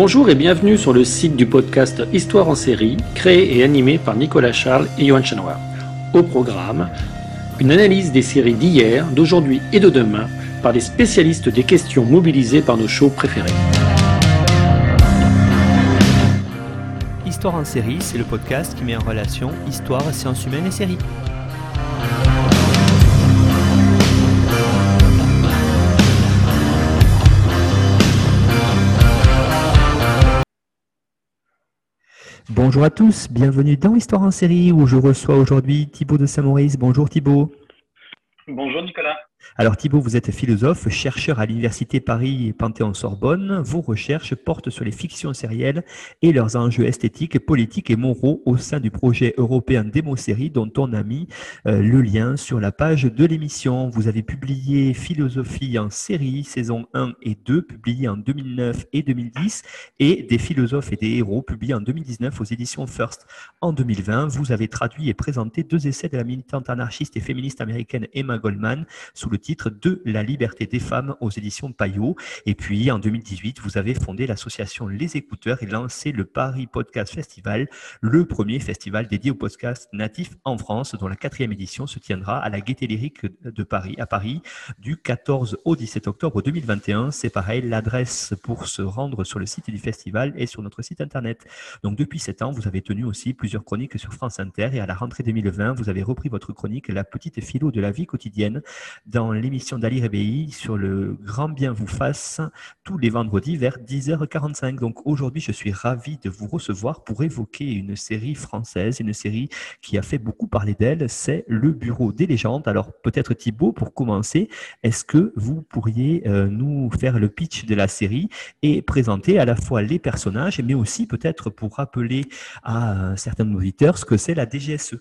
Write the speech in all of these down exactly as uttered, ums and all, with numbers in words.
Bonjour et bienvenue sur le site du podcast Histoire en série, créé et animé par Nicolas Charles et Johan Chanoir. Au programme, une analyse des séries d'hier, d'aujourd'hui et de demain par les spécialistes des questions mobilisées par nos shows préférés. Histoire en série, c'est le podcast qui met en relation histoire, sciences humaines et séries. Bonjour à tous, bienvenue dans Histoire en série où je reçois aujourd'hui Thibaut de Saint-Maurice. Bonjour Thibaut. Bonjour Nicolas. Alors Thibaut, vous êtes philosophe, chercheur à l'Université Paris Panthéon-Sorbonne. Vos recherches portent sur les fictions sérielles et leurs enjeux esthétiques, politiques et moraux au sein du projet européen Démo-série dont on a mis euh, le lien sur la page de l'émission. Vous avez publié Philosophie en série, saison un et deux, publié en deux mille neuf et deux mille dix, et Des philosophes et des héros, publié en deux mille dix-neuf aux éditions First. En deux mille vingt, vous avez traduit et présenté deux essais de la militante anarchiste et féministe américaine Emma Goldman sous le titre de La liberté des femmes aux éditions Payot. Et puis en deux mille dix-huit, vous avez fondé l'association Les Écouteurs et lancé le Paris Podcast Festival, le premier festival dédié au podcast natif en France, dont la quatrième édition se tiendra à la Gaîté Lyrique de Paris, à Paris, du quatorze au dix-sept octobre deux mille vingt et un. C'est pareil, l'adresse pour se rendre sur le site du festival est sur notre site internet. Donc depuis sept ans, vous avez tenu aussi plusieurs chroniques sur France Inter et à la rentrée deux mille vingt, vous avez repris votre chronique La petite philo de la vie quotidienne dans l'émission d'Ali Réveilly sur le Grand Bien vous fasse tous les vendredis vers dix heures quarante-cinq. Donc aujourd'hui, je suis ravi de vous recevoir pour évoquer une série française, une série qui a fait beaucoup parler d'elle, c'est Le Bureau des légendes. Alors peut-être Thibaut, pour commencer, est-ce que vous pourriez euh, nous faire le pitch de la série et présenter à la fois les personnages, mais aussi peut-être pour rappeler à certains auditeurs ce que c'est la D G S E?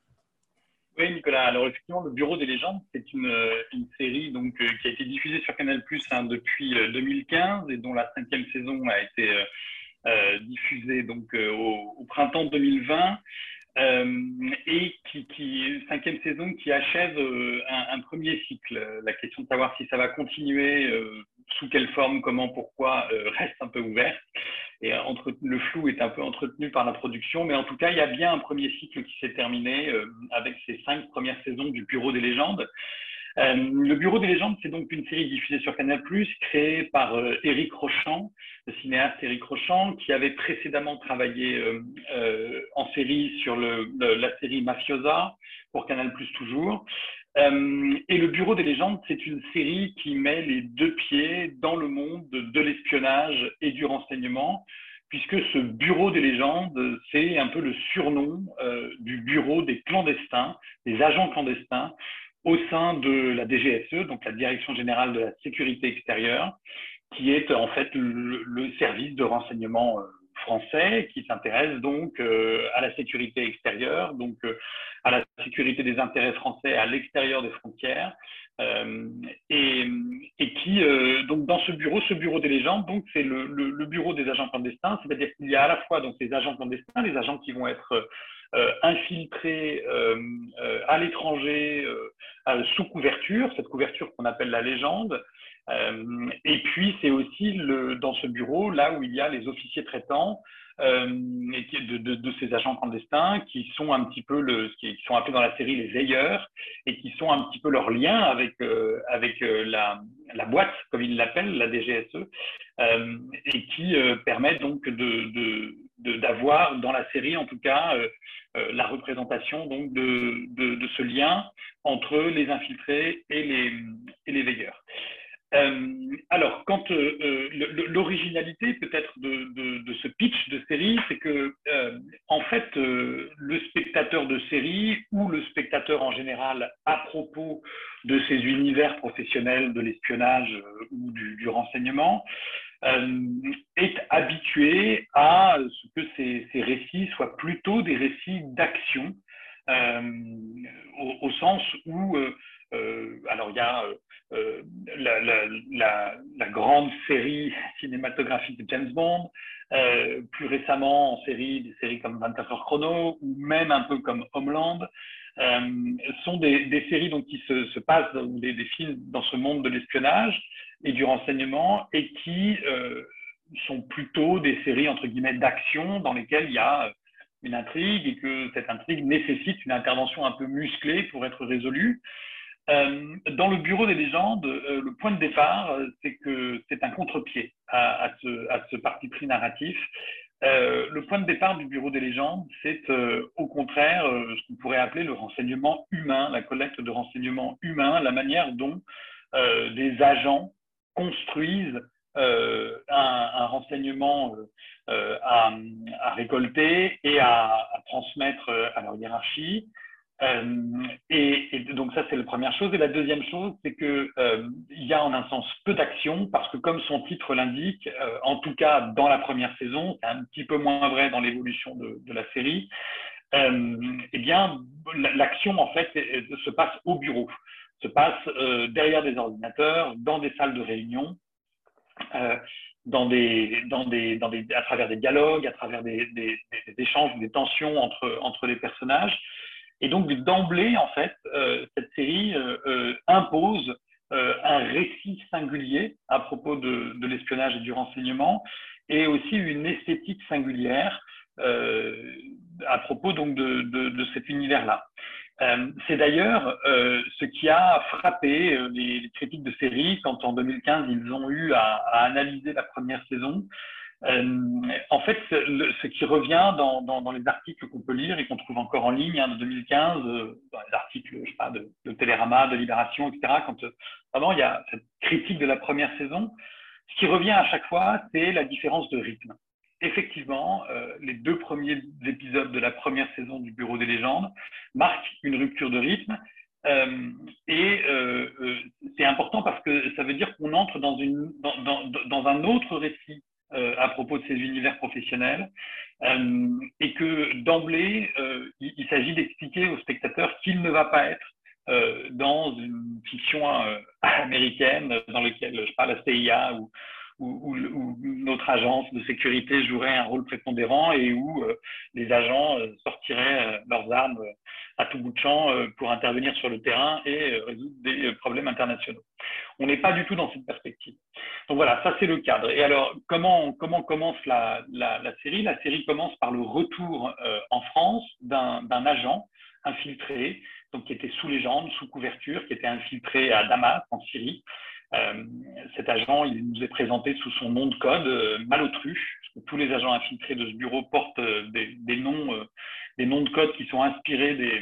Oui Nicolas, alors effectivement le Bureau des légendes c'est une, une série donc, euh, qui a été diffusée sur Canal Plus hein, depuis euh, deux mille quinze et dont la cinquième saison a été euh, euh, diffusée donc, euh, au, au printemps deux mille vingt euh, et qui, qui cinquième saison qui achève euh, un, un premier cycle. La question de savoir si ça va continuer, euh, sous quelle forme, comment, pourquoi, euh, reste un peu ouverte. Et entre, le flou est un peu entretenu par la production, mais en tout cas, il y a bien un premier cycle qui s'est terminé euh, avec ces cinq premières saisons du Bureau des légendes. Euh, le Bureau des légendes, c'est donc une série diffusée sur Canal plus, créée par euh, Éric Rochant, le cinéaste Éric Rochant, qui avait précédemment travaillé euh, euh, en série sur le, le, la série Mafiosa, pour Canal plus toujours. Euh, et le Bureau des légendes, c'est une série qui met les deux pieds dans le monde de l'espionnage et du renseignement, puisque ce Bureau des légendes, c'est un peu le surnom euh, du bureau des clandestins, des agents clandestins, au sein de la D G S E, donc la Direction générale de la sécurité extérieure, qui est en fait le, le service de renseignement euh, français qui s'intéresse donc euh, à la sécurité extérieure, donc euh, à la sécurité des intérêts français à l'extérieur des frontières, euh, et, et qui euh, donc dans ce bureau, ce bureau des légendes, donc c'est le, le, le bureau des agents clandestins, c'est-à-dire qu'il y a à la fois donc les agents clandestins, les agents qui vont être euh, infiltrés euh, euh, à l'étranger euh, sous couverture, cette couverture qu'on appelle la légende. Euh, et puis, c'est aussi le, dans ce bureau, là où il y a les officiers traitants euh, de, de, de ces agents clandestins qui sont un petit peu, le, qui sont appelés dans la série les veilleurs et qui sont un petit peu leur lien avec, euh, avec euh, la, la boîte, comme ils l'appellent, la D G S E, euh, et qui euh, permettent donc de, de, de, d'avoir dans la série, en tout cas, euh, euh, la représentation donc de, de, de ce lien entre les infiltrés et les, et les veilleurs. Euh, alors, quand euh, euh, l'originalité peut-être de, de, de ce pitch de série, c'est que euh, en fait, euh, le spectateur de série ou le spectateur en général à propos de ces univers professionnels de l'espionnage euh, ou du, du renseignement euh, est habitué à ce que ces, ces récits soient plutôt des récits d'action, euh, au, au sens où euh, euh, alors il y a euh, la, la, la, la grande série cinématographique de James Bond, euh, plus récemment en série, des séries comme vingt-quatre heures chrono ou même un peu comme Homeland, euh, sont des, des séries donc, qui se, se passent, des, des films dans ce monde de l'espionnage et du renseignement et qui euh, sont plutôt des séries entre guillemets d'action dans lesquelles il y a une intrigue et que cette intrigue nécessite une intervention un peu musclée pour être résolue. Euh, dans le Bureau des légendes, euh, le point de départ, c'est que c'est un contre-pied à, à, ce, à ce parti pris narratif. Euh, le point de départ du Bureau des légendes, c'est euh, au contraire euh, ce qu'on pourrait appeler le renseignement humain, la collecte de renseignements humains, la manière dont euh, des agents construisent euh, un, un renseignement euh, à, à récolter et à, à transmettre à leur hiérarchie. Euh, et, et donc ça, c'est la première chose. Et la deuxième chose, c'est qu'il euh, y a en un sens peu d'action, parce que comme son titre l'indique, euh, en tout cas dans la première saison, c'est un petit peu moins vrai dans l'évolution de, de la série, euh, eh bien, l'action, en fait, se passe au bureau, se passe euh, derrière des ordinateurs, dans des salles de réunion, euh, dans des, dans des, dans des, à travers des dialogues, à travers des, des, des échanges, des tensions entre, entre les personnages. Et donc, d'emblée, en fait, euh, cette série euh, euh, impose euh, un récit singulier à propos de, de l'espionnage et du renseignement, et aussi une esthétique singulière euh, à propos donc de, de, de cet univers-là. Euh, c'est d'ailleurs euh, ce qui a frappé euh, les, les critiques de série quand en deux mille quinze ils ont eu à, à analyser la première saison. Euh, en fait, le, ce qui revient dans, dans, dans les articles qu'on peut lire et qu'on trouve encore en ligne hein, de deux mille quinze, euh, dans les articles je sais pas, de, de Télérama, de Libération, et cetera, quand euh, vraiment il y a cette critique de la première saison, ce qui revient à chaque fois, c'est la différence de rythme. Effectivement, euh, les deux premiers épisodes de la première saison du Bureau des légendes marquent une rupture de rythme. Euh, et euh, euh, c'est important parce que ça veut dire qu'on entre dans, une, dans, dans, dans un autre récit euh, à propos de ces univers professionnels euh, et que d'emblée, euh, il, il s'agit d'expliquer aux spectateurs qu'il ne va pas être euh, dans une fiction euh, américaine dans laquelle, je sais pas, la C I A ou Où, où, où notre agence de sécurité jouerait un rôle prépondérant et où euh, les agents euh, sortiraient euh, leurs armes euh, à tout bout de champ euh, pour intervenir sur le terrain et euh, résoudre des euh, problèmes internationaux. On n'est pas du tout dans cette perspective. Donc voilà, ça c'est le cadre. Et alors, comment, comment commence la, la, la série? La série commence par le retour euh, en France d'un d'un agent infiltré, donc qui était sous légende, sous couverture, qui était infiltré à Damas, en Syrie. Euh, cet agent, il nous est présenté sous son nom de code, euh, Malotru, parce que tous les agents infiltrés de ce bureau portent euh, des, des, noms, euh, des noms de code qui sont inspirés des,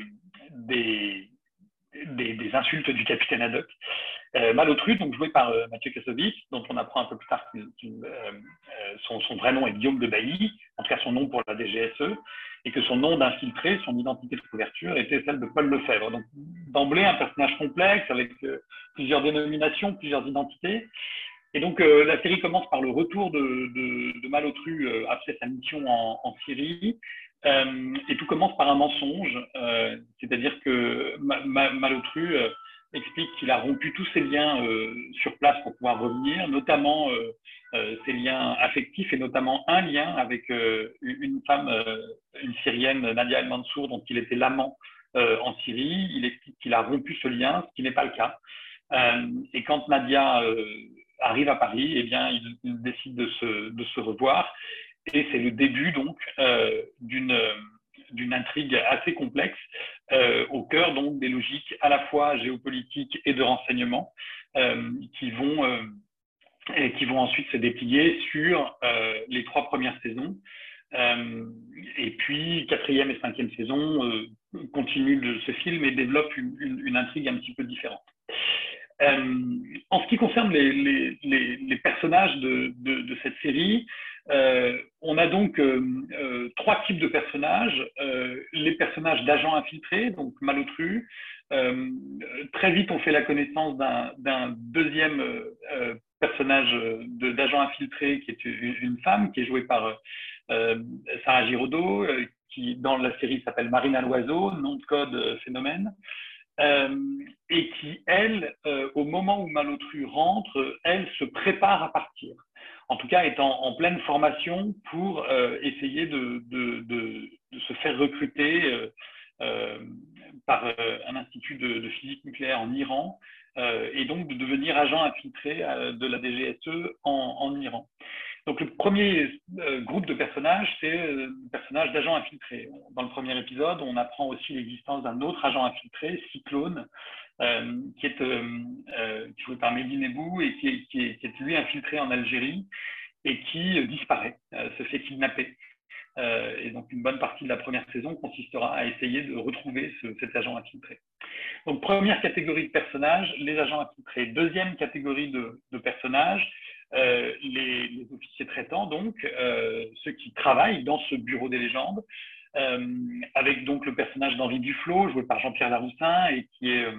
des, des, des insultes du capitaine Haddock. Euh, Malotru, donc joué par euh, Mathieu Kassovitz, dont on apprend un peu plus tard que euh, son, son vrai nom est Guillaume de Bailly, en tout cas son nom pour la D G S E, et que son nom d'infiltré, son identité de couverture, était celle de Paul Lefebvre. Donc d'emblée, un personnage complexe avec euh, plusieurs dénominations, plusieurs identités. Et donc euh, la série commence par le retour de, de, de Malotru euh, après sa mission en, en Syrie. Euh, et tout commence par un mensonge, euh, c'est-à-dire que Ma, Ma, Malotru euh, explique qu'il a rompu tous ses liens euh, sur place pour pouvoir revenir, notamment euh, euh, ses liens affectifs et notamment un lien avec euh, une femme, euh, une Syrienne, Nadia El Mansour, dont il était l'amant euh, en Syrie. Il explique qu'il a rompu ce lien, ce qui n'est pas le cas. Euh, et quand Nadia euh, arrive à Paris, eh bien, il, il décide de se, de se revoir. Et c'est le début donc euh, d'une d'une intrigue assez complexe euh, au cœur donc des logiques à la fois géopolitiques et de renseignement euh, qui vont euh, et qui vont ensuite se déplier sur euh, les trois premières saisons. Euh, et puis quatrième et cinquième saison euh, continuent de ce film et développent une, une, une intrigue un petit peu différente. Euh, en ce qui concerne les, les, les, les personnages de, de, de cette série, euh, on a donc euh, euh, trois types de personnages. Euh, les personnages d'agents infiltrés, donc Malotru. Euh, très vite, on fait la connaissance d'un deuxième euh, personnage d'agent infiltré qui est une, une femme, qui est jouée par euh, Sarah Giraudot, euh, qui dans la série s'appelle Marina Loiseau, nom de code euh, Phénomène. Euh, et qui, elle, euh, au moment où Malotru rentre, elle se prépare à partir. En tout cas, est en, en pleine formation pour euh, essayer de, de, de, de se faire recruter euh, euh, par euh, un institut de, de physique nucléaire en Iran euh, et donc de devenir agent infiltré euh, de la D G S E en, en Iran. Donc le premier euh, groupe de personnages, c'est euh, le personnage d'agent infiltré. Dans le premier épisode, on apprend aussi l'existence d'un autre agent infiltré, Cyclone, euh, qui est euh, euh, joué par Mehdi Nebou et qui est, qui, est, qui est lui infiltré en Algérie et qui euh, disparaît, euh, se fait kidnapper. Euh, et donc une bonne partie de la première saison consistera à essayer de retrouver ce, cet agent infiltré. Donc première catégorie de personnages, les agents infiltrés. Deuxième catégorie de, de personnages, euh, les, les officiers traitants, donc euh, ceux qui travaillent dans ce bureau des légendes, euh, avec donc le personnage d'Henri Duflo, joué par Jean-Pierre Laroussin, et qui est euh,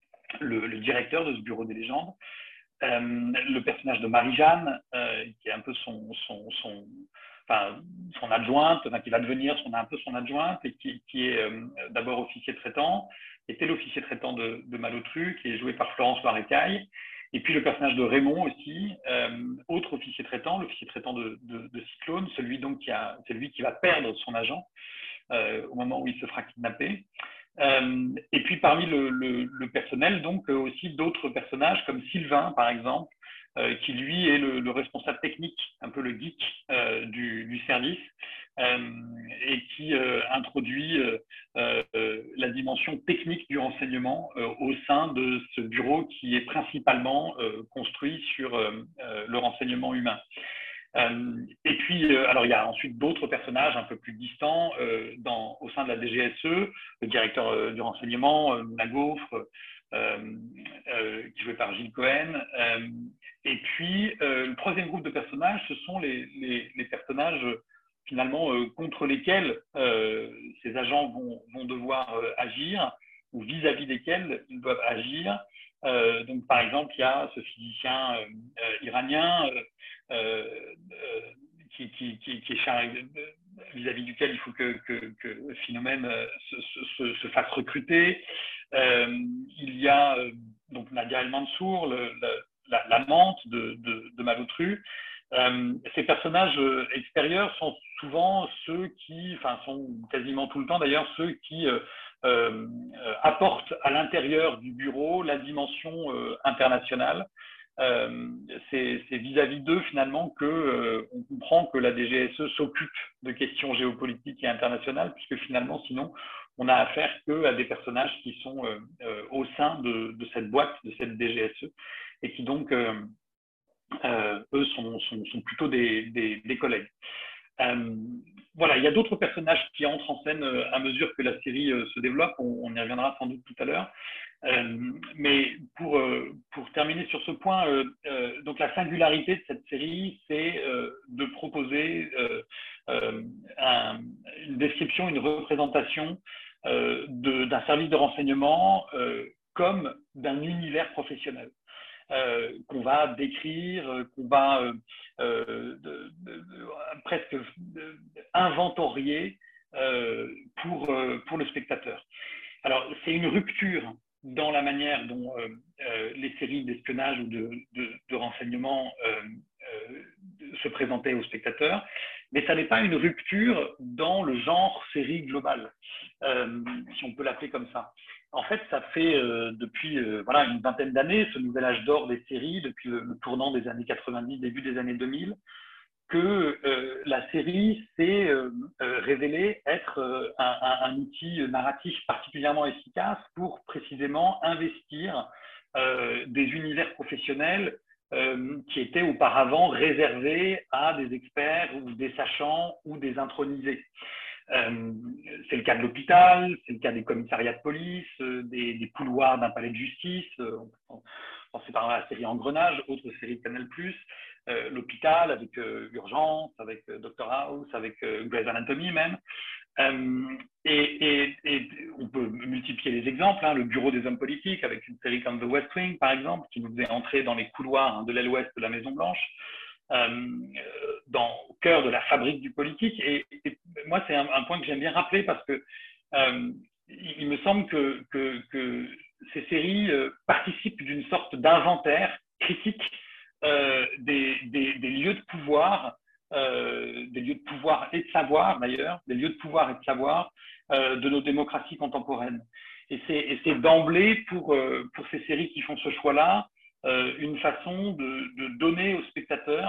le, le directeur de ce bureau des légendes. Euh, le personnage de Marie-Jeanne, euh, qui est un peu son, son, son, enfin, son adjointe, enfin, qui va devenir son, un peu son adjointe, et qui, qui est euh, d'abord officier traitant, était l'officier traitant de, de Malotru, qui est joué par Florence Loirecaille. Et puis le personnage de Raymond aussi, euh, autre officier traitant, l'officier traitant de, de, de Cyclone, celui donc qui a, c'est lui qui va perdre son agent euh, au moment où il se fera kidnapper. Euh, et puis parmi le, le, le personnel, donc euh, aussi d'autres personnages comme Sylvain par exemple, euh, qui lui est le, le responsable technique, un peu le geek euh, du, du service, euh, et qui euh, introduit euh, euh, la dimension technique du renseignement euh, au sein de ce bureau qui est principalement euh, construit sur euh, euh, le renseignement humain. Euh, et puis, euh, alors il y a ensuite d'autres personnages un peu plus distants euh, dans, au sein de la D G S E, le directeur euh, du renseignement, euh, la Gaufre, euh, euh, qui est joué par Gilles Cohen. Euh, et puis, euh, le troisième groupe de personnages, ce sont les, les, les personnages finalement euh, contre lesquels euh, ces agents vont, vont devoir euh, agir, ou vis-à-vis desquels ils doivent agir. Euh, donc, par exemple, il y a ce physicien euh, euh, iranien euh, euh, euh, qui, qui, qui, qui est chargé vis-à-vis duquel il faut que, que, que Philomène se, se, se fasse recruter. Euh, il y a euh, donc Nadia El Mansour, le, la, l'amante de, de, de Malotru. Euh, ces personnages euh, extérieurs sont souvent ceux qui, enfin sont quasiment tout le temps d'ailleurs, ceux qui euh, euh, apportent à l'intérieur du bureau la dimension euh, internationale. Euh, c'est, c'est vis-à-vis d'eux finalement que euh, on comprend que la D G S E s'occupe de questions géopolitiques et internationales, puisque finalement sinon on a affaire que à des personnages qui sont euh, euh, au sein de, de cette boîte, de cette D G S E, et qui donc euh, euh, eux sont, sont, sont plutôt des, des, des collègues. Euh, voilà, il y a d'autres personnages qui entrent en scène euh, à mesure que la série euh, se développe, on, on y reviendra sans doute tout à l'heure. Euh, mais pour, euh, pour terminer sur ce point, euh, euh, donc la singularité de cette série, c'est euh, de proposer euh, euh, un, une description, une représentation euh, de, d'un service de renseignement euh, comme d'un univers professionnel. Euh, qu'on va décrire, euh, qu'on va euh, euh, de, de, de, presque de, inventorier euh, pour, euh, pour le spectateur. Alors, c'est une rupture dans la manière dont euh, euh, les séries d'espionnage ou de, de, de renseignement euh, euh, se présentaient aux spectateurs, mais ça n'est pas une rupture dans le genre série globale, euh, si on peut l'appeler comme ça. En fait, ça fait euh, depuis euh, voilà, une vingtaine d'années, ce nouvel âge d'or des séries, depuis le, le tournant des années quatre-vingt-dix, début des années deux mille, que euh, la série s'est euh, euh, révélée être euh, un, un, un outil narratif particulièrement efficace pour précisément investir euh, des univers professionnels euh, qui étaient auparavant réservés à des experts ou des sachants ou des intronisés. Euh, c'est le cas de l'hôpital, c'est le cas des commissariats de police, euh, des, des couloirs d'un palais de justice. Euh, on, on sait par la série Engrenage, autre série de Canal plus, euh, l'hôpital avec euh, Urgence, avec euh, Doctor House, avec euh, Grey's Anatomy même. Euh, et, et, et on peut multiplier les exemples, hein, le bureau des hommes politiques avec une série comme The West Wing par exemple, qui nous faisait entrer dans les couloirs hein, de l'aile ouest de la Maison Blanche. Euh, dans, au cœur de la fabrique du politique. Et, et moi, c'est un, un point que j'aime bien rappeler parce que euh, il, il me semble que, que, que ces séries euh, participent d'une sorte d'inventaire critique euh, des, des, des lieux de pouvoir, euh, des lieux de pouvoir et de savoir d'ailleurs, des lieux de pouvoir et de savoir euh, de nos démocraties contemporaines. Et c'est, et c'est d'emblée pour, euh, pour ces séries qui font ce choix-là, Euh, une façon de, de donner aux spectateurs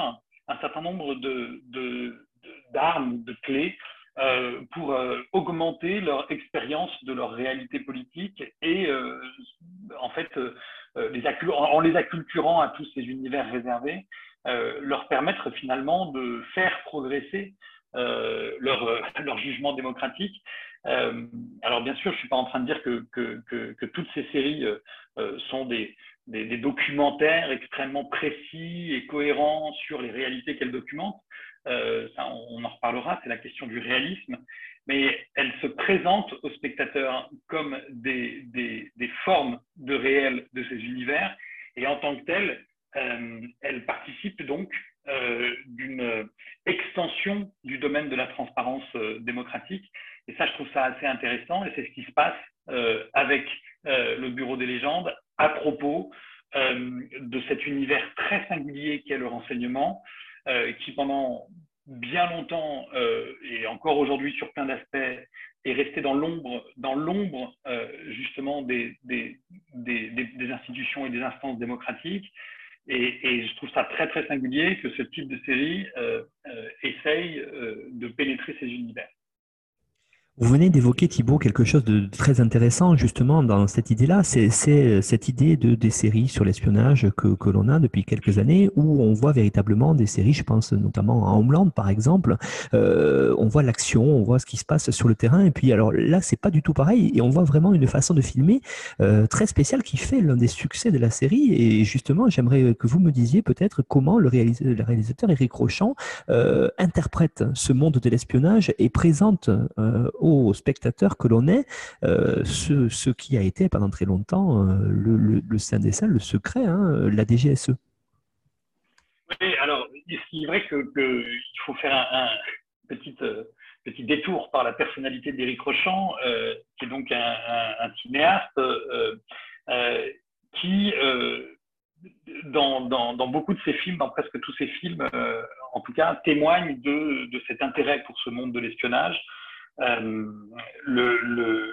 un certain nombre de, de, de, d'armes, de clés euh, pour euh, augmenter leur expérience de leur réalité politique et euh, en fait, euh, les en les acculturant à tous ces univers réservés, euh, leur permettre finalement de faire progresser euh, leur, euh, leur jugement démocratique. Euh, alors bien sûr, je ne suis pas en train de dire que, que, que, que toutes ces séries euh, sont des, des, des documentaires extrêmement précis et cohérents sur les réalités qu'elles documentent. Euh, ça, on en reparlera, c'est la question du réalisme, mais elles se présentent aux spectateurs comme des, des, des formes de réel de ces univers, et en tant que telles, euh, elles participent donc euh, d'une extension du domaine de la transparence euh, démocratique. Et ça, je trouve ça assez intéressant, et c'est ce qui se passe euh, avec euh, le Bureau des légendes à propos euh, de cet univers très singulier qu'est le renseignement, euh, qui pendant bien longtemps euh, et encore aujourd'hui sur plein d'aspects est resté dans l'ombre, dans l'ombre euh, justement des, des, des, des institutions et des instances démocratiques. Et, et je trouve ça très très singulier que ce type de série euh, euh, essaye euh, de pénétrer ces univers. Vous venez d'évoquer, Thibaut, quelque chose de très intéressant justement dans cette idée-là. C'est cette idée de, des séries sur l'espionnage que, que l'on a depuis quelques années, où on voit véritablement des séries, je pense notamment à Homeland par exemple, euh, on voit l'action, on voit ce qui se passe sur le terrain, et puis alors là, c'est pas du tout pareil, et on voit vraiment une façon de filmer euh, très spéciale qui fait l'un des succès de la série. Et justement, j'aimerais que vous me disiez peut-être comment le, réalis le réalisateur Éric Rochant euh, interprète ce monde de l'espionnage et présente euh, aux spectateurs que l'on est euh, ce, ce qui a été pendant très longtemps euh, le, le, le sein des salles, le secret, hein, la D G S E. Oui, alors, il est vrai qu'il que faut faire un, un petit, euh, petit détour par la personnalité d'Éric Rochant, euh, qui est donc un, un, un cinéaste euh, euh, qui, euh, dans, dans, dans beaucoup de ses films, dans presque tous ses films, euh, en tout cas, témoigne de, de cet intérêt pour ce monde de l'espionnage. Euh, le, le,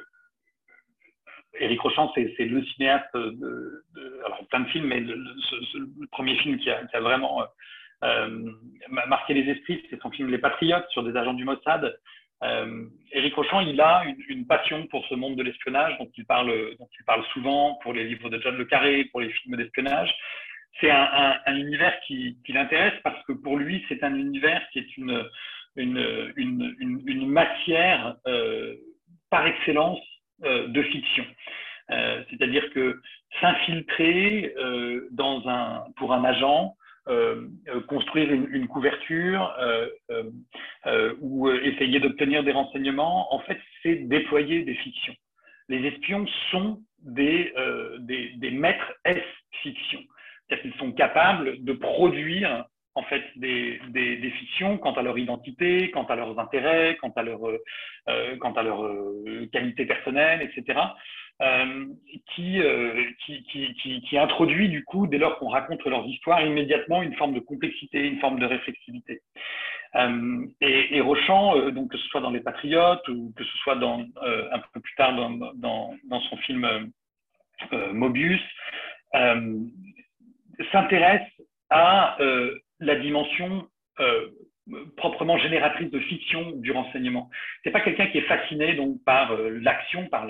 Éric Rochant, c'est le cinéaste de, de alors, plein de films, mais le, le, ce, le premier film qui a, qui a vraiment euh, marqué les esprits, c'est son film Les Patriotes sur des agents du Mossad. Euh, Éric Rochant, il a une, une passion pour ce monde de l'espionnage, dont il parle, dont il parle souvent pour les livres de John le Carré, pour les films d'espionnage. C'est un, un, un univers qui, qui l'intéresse parce que pour lui, c'est un univers qui est une, une, une, une, une matière euh, par excellence euh, de fiction. Euh, C'est-à-dire que s'infiltrer euh, dans un, pour un agent, euh, euh, construire une, une couverture euh, euh, euh, ou euh, essayer d'obtenir des renseignements, en fait, c'est déployer des fictions. Les espions sont des, euh, des, des maîtres S-fiction. C'est-à-dire qu'ils sont capables de produire en fait des, des, des fictions quant à leur identité, quant à leurs intérêts, quant à leur, euh, quant à leur euh, qualité personnelle, et cetera. Euh, qui, euh, qui, qui, qui, qui introduit du coup, dès lors qu'on raconte leurs histoires, immédiatement une forme de complexité, une forme de réflexivité. Euh, et, et Rochant, euh, donc que ce soit dans Les Patriotes ou que ce soit dans, euh, un peu plus tard dans, dans, dans son film euh, Mobius, euh, s'intéresse à euh, la dimension euh, proprement génératrice de fiction du renseignement. C'est pas quelqu'un qui est fasciné donc par euh, l'action, par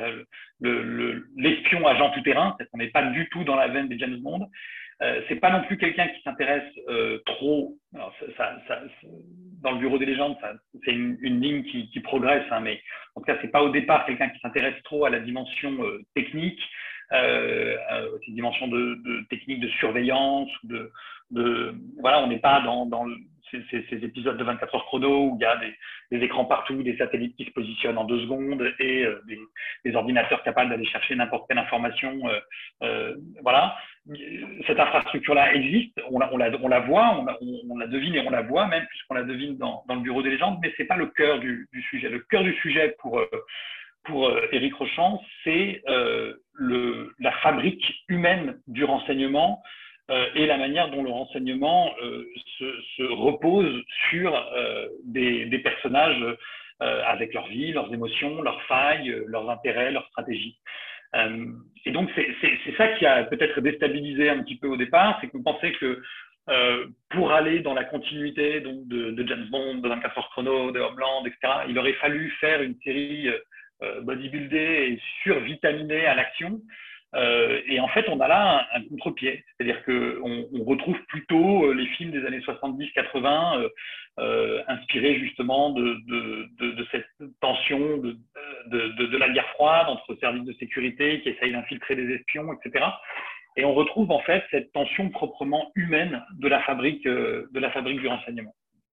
l'espion le, agent tout-terrain, c'est qu'on n'est pas du tout dans la veine des James Bond. Euh, c'est pas non plus quelqu'un qui s'intéresse euh, trop. Alors, ça, ça, ça, dans le Bureau des légendes, c'est une, une ligne qui, qui progresse, hein, mais en tout cas, c'est pas au départ quelqu'un qui s'intéresse trop à la dimension euh, technique, euh, euh, cette dimension de, de technique de surveillance, de, de voilà, on n'est pas dans, dans le, ces, ces, ces épisodes de vingt-quatre heures chrono où il y a des, des écrans partout, des satellites qui se positionnent en deux secondes et euh, des, des ordinateurs capables d'aller chercher n'importe quelle information. Euh, euh, voilà. Cette infrastructure-là existe, on la, on la, on la voit, on la, on la devine et on la voit même, puisqu'on la devine dans, dans le Bureau des légendes, mais ce n'est pas le cœur du, du sujet. Le cœur du sujet pour, pour Éric Rochant, c'est euh, le, la fabrique humaine du renseignement euh, et la manière dont le renseignement euh, se, se repose sur euh, des, des personnages euh, avec leur vie, leurs émotions, leurs failles, leurs intérêts, leurs stratégies. Euh, et donc, c'est ça qui a peut-être déstabilisé un petit peu au départ, c'est que vous pensez que euh, pour aller dans la continuité donc, de, de James Bond, de vingt-quatre heures chrono, de Homeland, et cetera. Il aurait fallu faire une série euh, bodybuildée et survitaminée à l'action. Euh, et en fait, on a là un, un contre-pied. C'est-à-dire qu'on on retrouve plutôt les films des années soixante-dix quatre-vingts euh, euh, inspirés justement de, de, de, de cette tension de, de, de, de la guerre froide entre services de sécurité qui essayent d'infiltrer des espions, et cetera. Et on retrouve en fait cette tension proprement humaine de la fabrique, euh, de la fabrique du renseignement.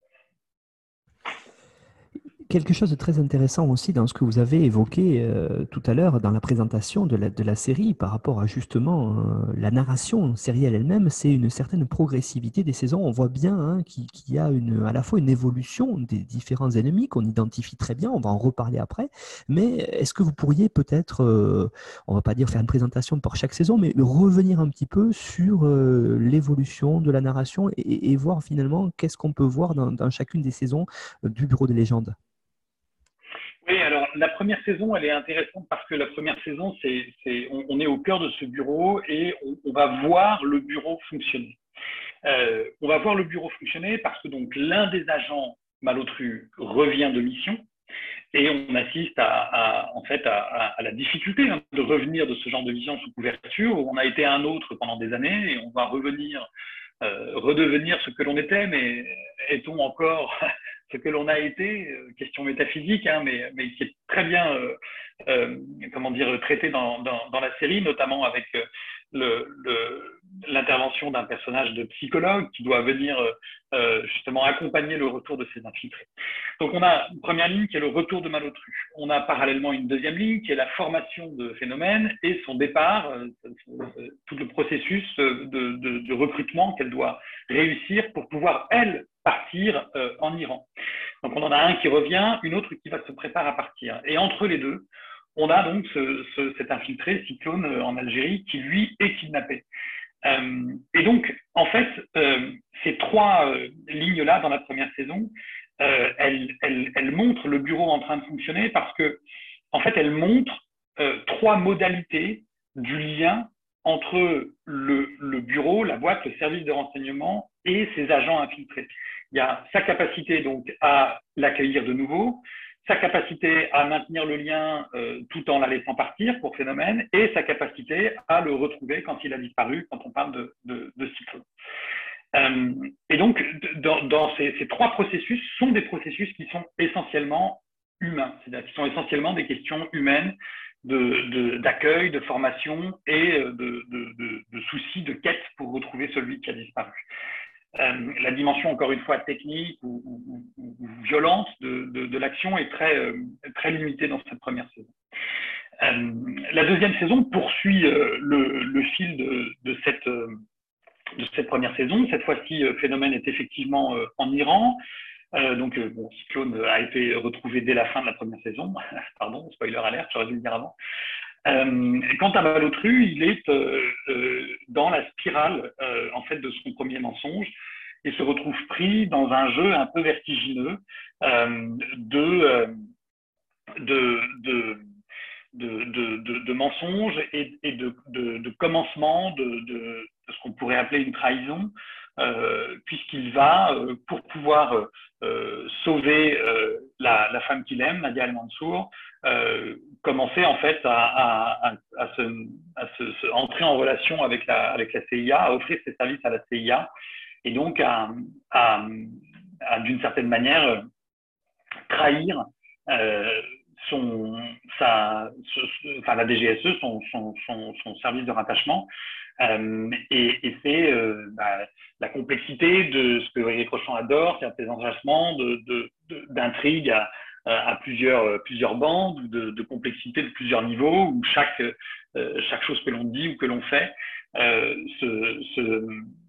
Quelque chose de très intéressant aussi dans ce que vous avez évoqué euh, tout à l'heure dans la présentation de la, de la série par rapport à justement euh, la narration sérielle elle-même, c'est une certaine progressivité des saisons. On voit bien hein, qu'il, qu'il y a une, à la fois une évolution des différents ennemis qu'on identifie très bien, on va en reparler après, mais est-ce que vous pourriez peut-être, euh, on ne va pas dire faire une présentation pour chaque saison, mais revenir un petit peu sur euh, l'évolution de la narration et, et voir finalement qu'est-ce qu'on peut voir dans, dans chacune des saisons euh, du Bureau des légendes? Oui, alors la première saison, elle est intéressante parce que la première saison, c'est, c'est, on, on est au cœur de ce bureau et on, on va voir le bureau fonctionner. Euh, on va voir le bureau fonctionner parce que donc l'un des agents Malotru revient de mission et on assiste à, à en fait à, à, à la difficulté hein, de revenir de ce genre de mission sous couverture où on a été un autre pendant des années et on va revenir, euh, redevenir ce que l'on était, mais est-on encore ce que l'on a été, question métaphysique, hein, mais, mais qui est très bien euh, euh, comment dire, traité dans, dans, dans la série, notamment avec le, le, l'intervention d'un personnage de psychologue qui doit venir euh, justement accompagner le retour de ces infiltrés. Donc on a une première ligne qui est le retour de Malotru. On a parallèlement une deuxième ligne qui est la formation de Phénomène et son départ, euh, tout le processus de, de, de recrutement qu'elle doit réussir pour pouvoir, elle, partir euh, en Iran. Donc on en a un qui revient, une autre qui va se préparer à partir. Et entre les deux, on a donc ce, ce, cet infiltré Cyclone en Algérie qui, lui, est kidnappé. Euh, et donc, en fait, euh, ces trois euh, lignes-là dans la première saison, euh, elles, elles, elles montrent le bureau en train de fonctionner parce que, en fait, elles montrent euh, trois modalités du lien entre le, le bureau, la boîte, le service de renseignement et ses agents infiltrés. Il y a sa capacité donc à l'accueillir de nouveau, sa capacité à maintenir le lien euh, tout en la laissant partir pour Phénomène et sa capacité à le retrouver quand il a disparu, quand on parle de, de, de Cyclone. Euh, et donc, dans, dans ces, ces trois processus sont des processus qui sont essentiellement humains, c'est-à-dire qui sont essentiellement des questions humaines de, de, d'accueil, de formation et de, de, de, de soucis, de quête pour retrouver celui qui a disparu. Euh, la dimension, encore une fois, technique ou, ou, ou, ou violente de, de, de l'action est très, euh, très limitée dans cette première saison. Euh, la deuxième saison poursuit euh, le, le fil de, de, cette, euh, de cette première saison. Cette fois-ci, euh, Phénomène est effectivement euh, en Iran. Euh, donc, euh, bon, Cyclone a été retrouvé dès la fin de la première saison. Pardon, spoiler alert, j'aurais dû le dire avant. Euh, quant à Malotru, il est euh, euh, dans la spirale euh, en fait de son premier mensonge et se retrouve pris dans un jeu un peu vertigineux euh, de, euh, de, de, de, de, de, de mensonges et, et de, de, de commencement de, de, de ce qu'on pourrait appeler une trahison, euh, puisqu'il va, euh, pour pouvoir euh, sauver euh, la, la femme qu'il aime, Nadia El-Mansour, euh, commencer en fait à, à, à, se, à se, se entrer en relation avec la, avec la C I A, à offrir ses services à la C I A, et donc à, à, à d'une certaine manière trahir euh, son, sa, ce, enfin la D G S E, son, son, son, son service de rattachement. Euh, et et c'est euh, bah, la complexité de ce que Eric Rochon adore, c'est ces enjassements de, de, de, d'intrigues à, à plusieurs, plusieurs bandes, ou de, de complexité de plusieurs niveaux, où chaque, euh, chaque chose que l'on dit ou que l'on fait euh, se, se,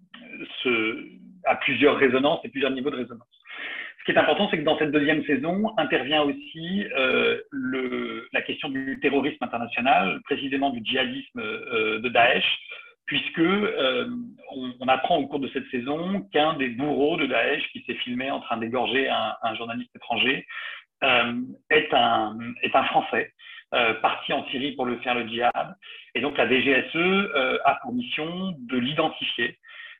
se, a plusieurs résonances et plusieurs niveaux de résonance. Ce qui est important, c'est que dans cette deuxième saison intervient aussi euh, le, la question du terrorisme international, précisément du djihadisme euh, de Daesh, puisque euh, on, on apprend au cours de cette saison qu'un des bourreaux de Daesh qui s'est filmé en train d'égorger un, un journaliste étranger euh, est, un, est un Français euh, parti en Syrie pour le faire le djihad. Et donc la D G S E euh, a pour mission de l'identifier,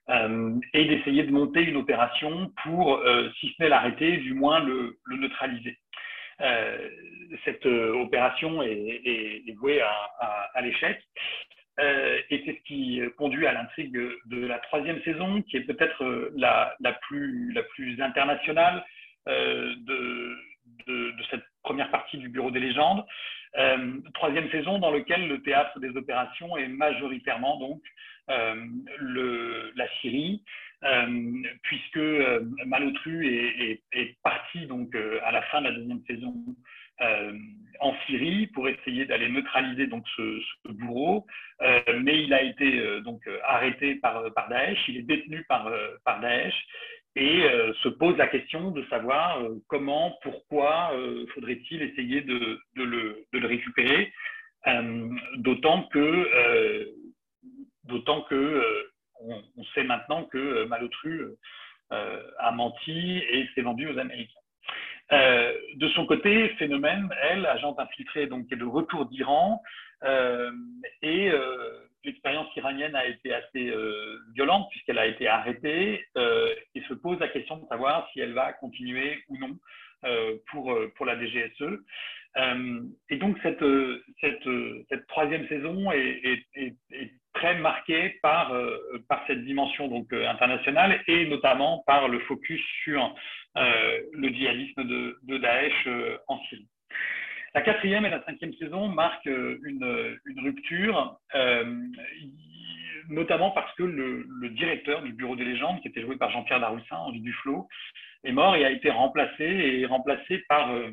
euh, et d'essayer de monter une opération pour, euh, si ce n'est l'arrêter, du moins le, le neutraliser. Euh, cette euh, opération est, est, est vouée à, à, à l'échec. Euh, et c'est ce qui conduit à l'intrigue de la troisième saison, qui est peut-être la, la, plus, la plus internationale euh, de, de, de cette première partie du Bureau des légendes. Euh, troisième saison dans laquelle le théâtre des opérations est majoritairement donc euh, le, la Syrie, euh, puisque euh, Malotru est, est, est parti donc euh, à la fin de la deuxième saison euh, en Syrie pour essayer d'aller neutraliser donc ce, ce bourreau, euh, mais il a été euh, donc arrêté par, par Daesh, il est détenu par, euh, par Daesh. Et euh, se pose la question de savoir euh, comment, pourquoi euh, faudrait-il essayer de, de, le, de le récupérer, euh, d'autant que, euh, d'autant que euh, on, on sait maintenant que Malotru euh, a menti et s'est vendu aux Américains. Euh, de son côté, Phénomène, elle, agente infiltrée, donc, est de retour d'Iran, euh, et euh, l'expérience iranienne a été assez euh, violente puisqu'elle a été arrêtée euh, et se pose la question de savoir si elle va continuer ou non euh, pour, pour la D G S E. Euh, et donc, cette, cette, cette troisième saison est, est, est, est très marquée par, euh, par cette dimension donc, euh, internationale et notamment par le focus sur euh, le djihadisme de, de Daesh euh, en Syrie. La quatrième et la cinquième saison marquent une, une rupture, euh, notamment parce que le, le directeur du Bureau des légendes, qui était joué par Jean-Pierre Daroussin, Henri Duflo, est mort et a été remplacé, et remplacé par, euh,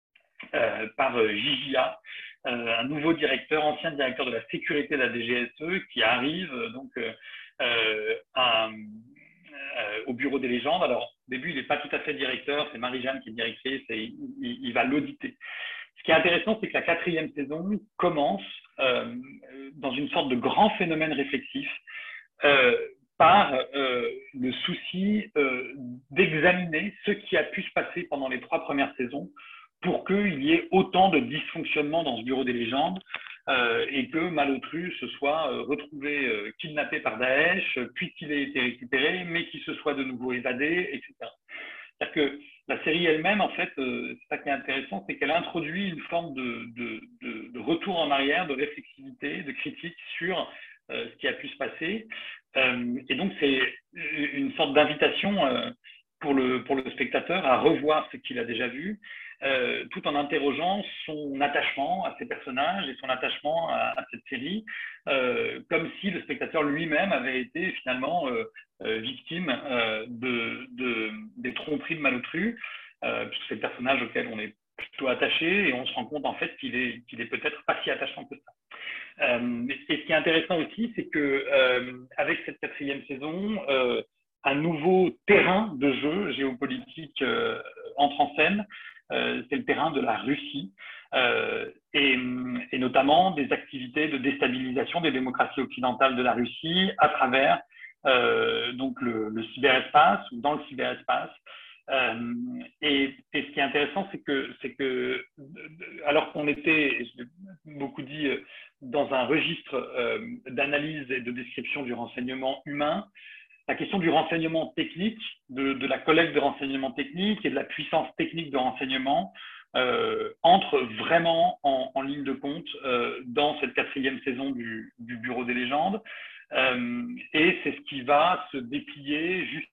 euh, par Gigia, euh, un nouveau directeur, ancien directeur de la sécurité de la D G S E, qui arrive donc euh, à, euh, au Bureau des légendes. Alors, au début, il n'est pas tout à fait directeur, c'est Marie-Jeanne qui est directrice, et il, il, il va l'auditer. Ce qui est intéressant, c'est que la quatrième saison commence euh, dans une sorte de grand phénomène réflexif euh, par euh, le souci euh, d'examiner ce qui a pu se passer pendant les trois premières saisons pour qu'il y ait autant de dysfonctionnements dans ce Bureau des légendes euh, et que Malotru se soit euh, retrouvé euh, kidnappé par Daesh, puis qu'il ait été récupéré, mais qu'il se soit de nouveau évadé, et cetera. C'est-à-dire que la série elle-même, en fait, euh, c'est ça qui est intéressant, c'est qu'elle introduit une forme de, de, de, de retour en arrière, de réflexivité, de critique sur euh, ce qui a pu se passer. Euh, et donc, c'est une sorte d'invitation euh, pour, le, pour le spectateur à revoir ce qu'il a déjà vu, euh, tout en interrogeant son attachement à ces personnages et son attachement à, à cette série, euh, comme si le spectateur lui-même avait été finalement euh, euh, victime euh, de, de, des tromperies de Malotru, euh, puisque c'est le personnage auquel on est plutôt attaché, et on se rend compte en fait qu'il est, qu'il est peut-être pas si attachant que ça. Euh, et ce qui est intéressant aussi, c'est que euh, avec cette quatrième saison, euh, un nouveau terrain de jeu géopolitique euh, entre en scène. Euh, c'est le terrain de la Russie euh, et, et notamment des activités de déstabilisation des démocraties occidentales de la Russie à travers euh, donc le, le cyberespace ou dans le cyberespace. Euh, et, et ce qui est intéressant, c'est que, c'est que alors qu'on était, je l'ai beaucoup dit, dans un registre euh, d'analyse et de description du renseignement humain, la question du renseignement technique, de, de la collecte de renseignements techniques et de la puissance technique de renseignement euh, entre vraiment en, en ligne de compte euh, dans cette quatrième saison du, du Bureau des légendes. Euh, et c'est ce qui va se déplier juste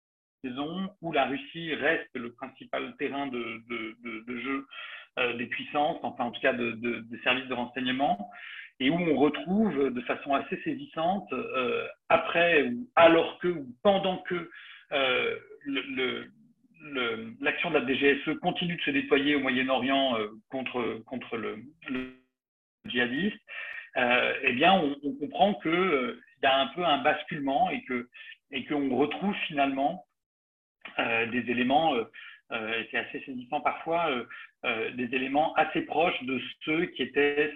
saison où la Russie reste le principal terrain de, de, de, de jeu euh, des puissances, enfin en tout cas de, de, des services de renseignement, et où on retrouve de façon assez saisissante, euh, après ou alors que ou pendant que euh, le, le, l'action de la D G S E continue de se déployer au Moyen-Orient euh, contre, contre le, le djihadiste, euh, eh bien on, on comprend qu'il euh, y a un peu un basculement et que et qu'on retrouve finalement Euh, des éléments, euh, euh, et c'est assez saisissant parfois, euh, euh, des éléments assez proches de ceux qui étaient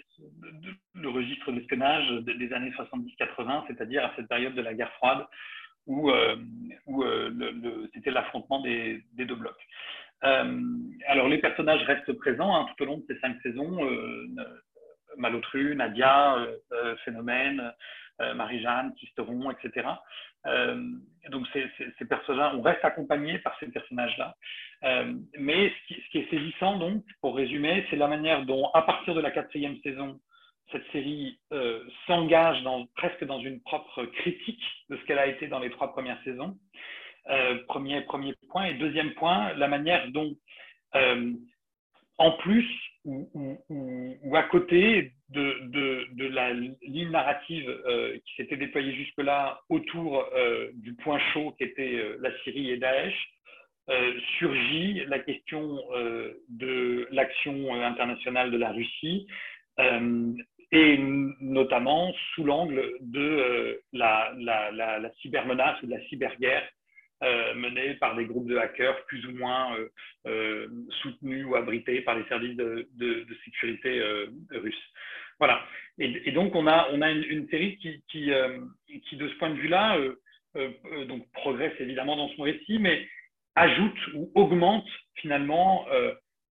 le registre d'espionnage des années soixante-dix quatre-vingts, c'est-à-dire à cette période de la guerre froide où, euh, où euh, le, le, c'était l'affrontement des, des deux blocs. Euh, alors les personnages restent présents hein, tout au long de ces cinq saisons, euh, Malotru, Nadia, euh, Phénomène, euh, Marie-Jeanne, Kisteron, et cetera. Euh, donc, c'est, c'est, ces personnages, on reste accompagné par ces personnages-là. Euh, mais ce qui, ce qui est saisissant, donc, pour résumer, c'est la manière dont, à partir de la quatrième saison, cette série euh, s'engage dans, presque dans une propre critique de ce qu'elle a été dans les trois premières saisons. Euh, premier, premier point. Et deuxième point, la manière dont, euh, en plus ou, ou, ou, ou à côté de, de, de la ligne narrative euh, qui s'était déployée jusque-là autour euh, du point chaud qu'était euh, la Syrie et Daesh, euh, surgit la question euh, de l'action internationale de la Russie, euh, et notamment sous l'angle de euh, la, la, la, la cybermenace ou de la cyberguerre euh, menée par des groupes de hackers plus ou moins euh, euh, soutenus ou abrités par les services de, de, de sécurité euh, russes. Voilà. Et, et donc, on a, on a une, une série qui, qui, euh, qui, de ce point de vue-là, euh, euh, donc progresse évidemment dans son récit, mais ajoute ou augmente finalement euh,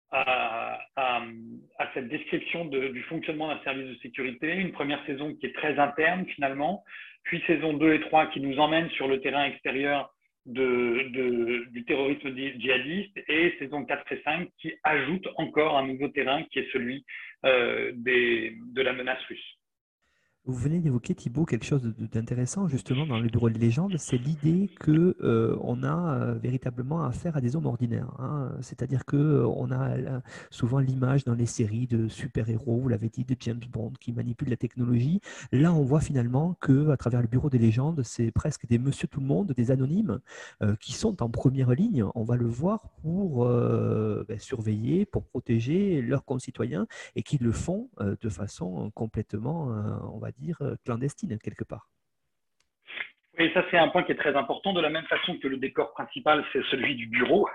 À, à, à cette description de, du fonctionnement d'un service de sécurité. Une première saison qui est très interne finalement, puis saison deux et trois qui nous emmènent sur le terrain extérieur de, de, du terrorisme djihadiste, et saison quatre et cinq qui ajoutent encore un nouveau terrain qui est celui euh, des, de la menace russe. Vous venez d'évoquer, Thibaut, quelque chose d'intéressant justement dans le bureau de légende, c'est l'idée que euh, on a euh, véritablement affaire à des hommes ordinaires. Hein. C'est-à-dire que euh, on a euh, souvent l'image dans les séries de super-héros, vous l'avez dit, de James Bond qui manipulent la technologie. Là, on voit finalement que à travers le bureau des légendes, c'est presque des monsieur tout le monde, des anonymes euh, qui sont en première ligne. On va le voir pour euh, ben, surveiller, pour protéger leurs concitoyens, et qui le font euh, de façon complètement, euh, on va dire, clandestine quelque part. Et ça, c'est un point qui est très important, de la même façon que le décor principal, c'est celui du bureau,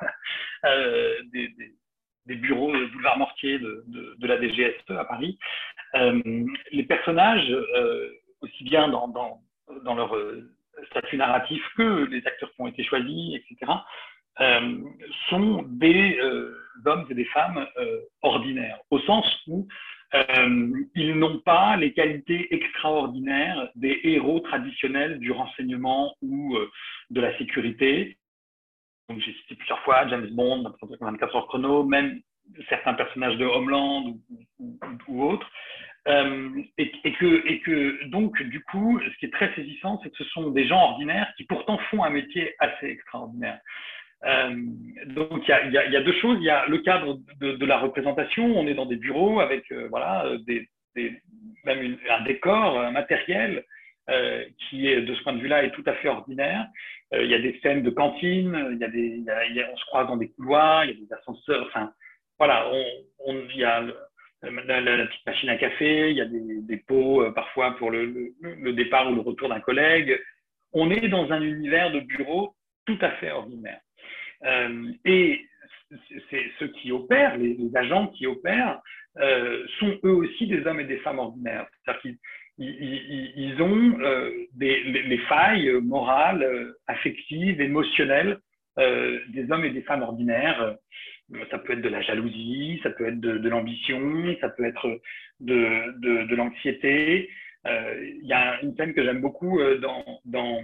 euh, des, des, des bureaux de boulevard Mortier de, de, de la D G S E à Paris. Euh, les personnages, euh, aussi bien dans, dans, dans leur statut narratif que les acteurs qui ont été choisis, et cetera, euh, sont des euh, hommes et des femmes euh, ordinaires, au sens où euh, ils n'ont pas les qualités extraordinaires des héros traditionnels du renseignement ou euh, de la sécurité. Donc, j'ai cité plusieurs fois James Bond, vingt-quatre heures chrono, même certains personnages de Homeland ou, ou, ou autres. Euh, et, et, que, et que donc, du coup, ce qui est très saisissant, c'est que ce sont des gens ordinaires qui pourtant font un métier assez extraordinaire. Euh, donc, il y, y, y a deux choses. Il y a le cadre de, de la représentation. On est dans des bureaux avec euh, voilà, des, des, même une, un décor, un matériel euh, qui, est, de ce point de vue-là, est tout à fait ordinaire. Euh, il y a des scènes de cantine, il y a des, il y a, il y a, on se croise dans des couloirs, il y a des ascenseurs. Enfin, voilà, on, on, il y a le, la, la, la petite machine à café, il y a des, des pots euh, parfois pour le, le, le départ ou le retour d'un collègue. On est dans un univers de bureau tout à fait ordinaire. Euh, et c'est ceux qui opèrent, les, les agents qui opèrent, euh, sont eux aussi des hommes et des femmes ordinaires. C'est-à-dire qu'ils ils, ils ont euh, des, les, les failles morales, euh, affectives, émotionnelles euh, des hommes et des femmes ordinaires. Ça peut être de la jalousie, ça peut être de, de l'ambition, ça peut être de, de, de l'anxiété. Euh, il y a une scène que j'aime beaucoup euh, dans, dans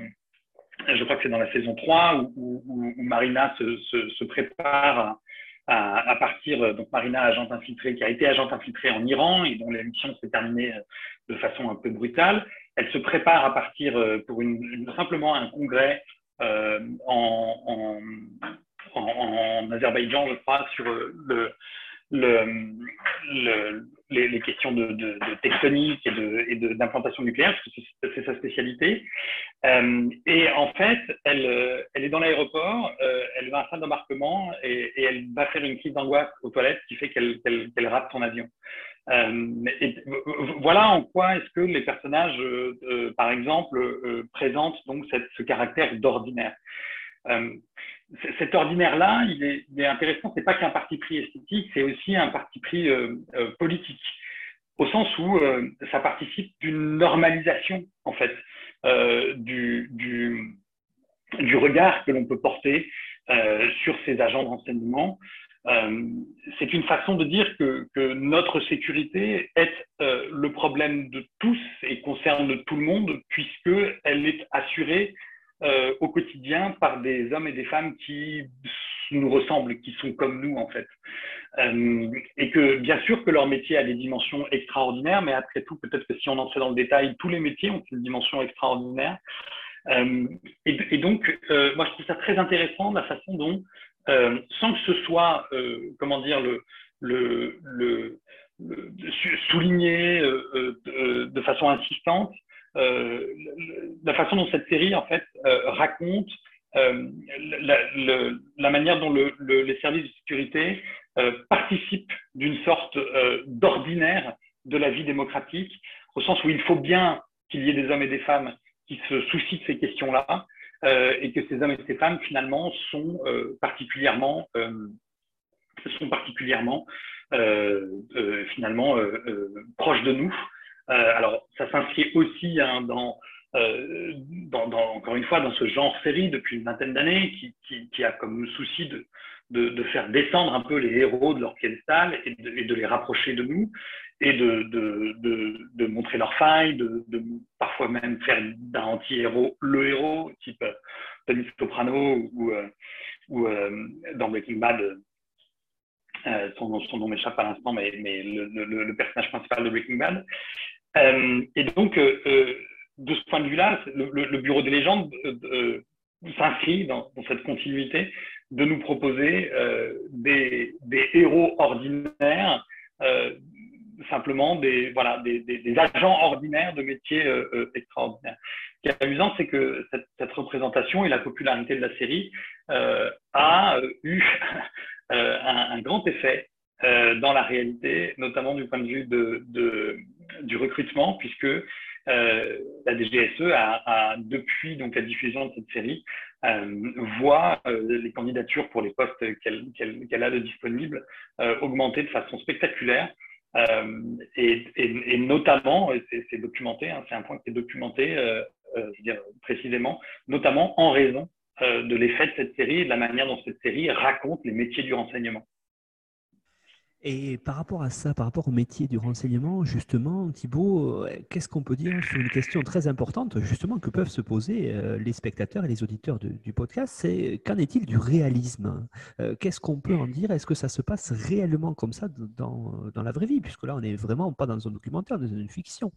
je crois que c'est dans la saison trois où, où, où Marina se, se, se prépare à, à, à partir, donc Marina, agente infiltrée, qui a été agente infiltrée en Iran et dont la mission s'est terminée de façon un peu brutale. Elle se prépare à partir pour une, une, simplement un congrès euh, en, en, en, en Azerbaïdjan, je crois, sur le, le, le, les, les questions de, de, de tectonique et, de, et de, d'implantation nucléaire, parce que c'est sa spécialité. Euh, et en fait, elle, elle est dans l'aéroport, euh, elle va à un salle d'embarquement et, et elle va faire une crise d'angoisse aux toilettes qui fait qu'elle, qu'elle, qu'elle rate son avion. Euh, et voilà en quoi est-ce que les personnages, euh, euh, par exemple, euh, présentent donc cette, ce caractère d'ordinaire. Euh, cet ordinaire-là, il est, il est intéressant, c'est pas qu'un parti pris esthétique, c'est aussi un parti pris euh, euh, politique, au sens où euh, ça participe d'une normalisation, en fait, euh, du, du, du regard que l'on peut porter euh, sur ces agents de renseignement. Euh, c'est une façon de dire que, que notre sécurité est euh, le problème de tous et concerne tout le monde, puisqu'elle est assurée euh, au quotidien par des hommes et des femmes qui nous ressemblent, qui sont comme nous en fait. Euh, et que bien sûr que leur métier a des dimensions extraordinaires, mais après tout, peut-être que si on entrait dans le détail, tous les métiers ont une dimension extraordinaire. Euh, et, et donc, euh, moi, je trouve ça très intéressant la façon dont, euh, sans que ce soit, euh, comment dire, le, le, le, le souligné euh, euh, de façon insistante, euh, la façon dont cette série, en fait, euh, raconte euh, la, la, la manière dont le, le, les services de sécurité euh, participent d'une sorte euh, d'ordinaire de la vie démocratique, au sens où il faut bien qu'il y ait des hommes et des femmes qui se soucient de ces questions-là, euh, et que ces hommes et ces femmes, finalement, sont euh, particulièrement, euh, sont particulièrement euh, euh, finalement, euh, euh, proches de nous. Euh, alors, ça s'inscrit aussi hein, dans, euh, dans, dans, encore une fois, dans ce genre série depuis une vingtaine d'années, qui, qui, qui a comme souci de, de, de faire descendre un peu les héros de leur piédestal et de, et de les rapprocher de nous, et de, de, de, de montrer leurs failles, de, de parfois même faire d'un anti-héros le héros, type euh, Tony Soprano ou, euh, ou euh, dans Breaking Bad, euh, son, son nom m'échappe à l'instant, mais, mais le, le, le personnage principal de Breaking Bad. Euh, et donc, euh, de ce point de vue-là, le, le, le Bureau des légendes euh, s'inscrit dans, dans cette continuité de nous proposer euh, des, des héros ordinaires, euh, simplement des, voilà, des, des, des agents ordinaires de métiers euh, euh, extraordinaires. Ce qui est amusant, c'est que cette, cette représentation et la popularité de la série euh, a euh, eu euh, un, un grand effet euh, dans la réalité, notamment du point de vue de, de, du recrutement, puisque euh, la D G S E a, a, depuis donc, la diffusion de cette série, euh, voit euh, les candidatures pour les postes qu'elle qu'elle, qu'elle a de disponibles euh, augmenter de façon spectaculaire. Euh, et, et, et notamment, c'est documenté, hein, c'est un point qui est documenté euh, euh, je veux dire, précisément, notamment en raison euh, de l'effet de cette série et de la manière dont cette série raconte les métiers du renseignement. Et par rapport à ça, par rapport au métier du renseignement, justement, Thibaut, qu'est-ce qu'on peut dire sur une question très importante, justement, que peuvent se poser euh, les spectateurs et les auditeurs de, du podcast, c'est qu'en est-il du réalisme? euh, Qu'est-ce qu'on peut en dire? Est-ce que ça se passe réellement comme ça dans, dans la vraie vie? Puisque là, on n'est vraiment pas dans un documentaire, dans une fiction.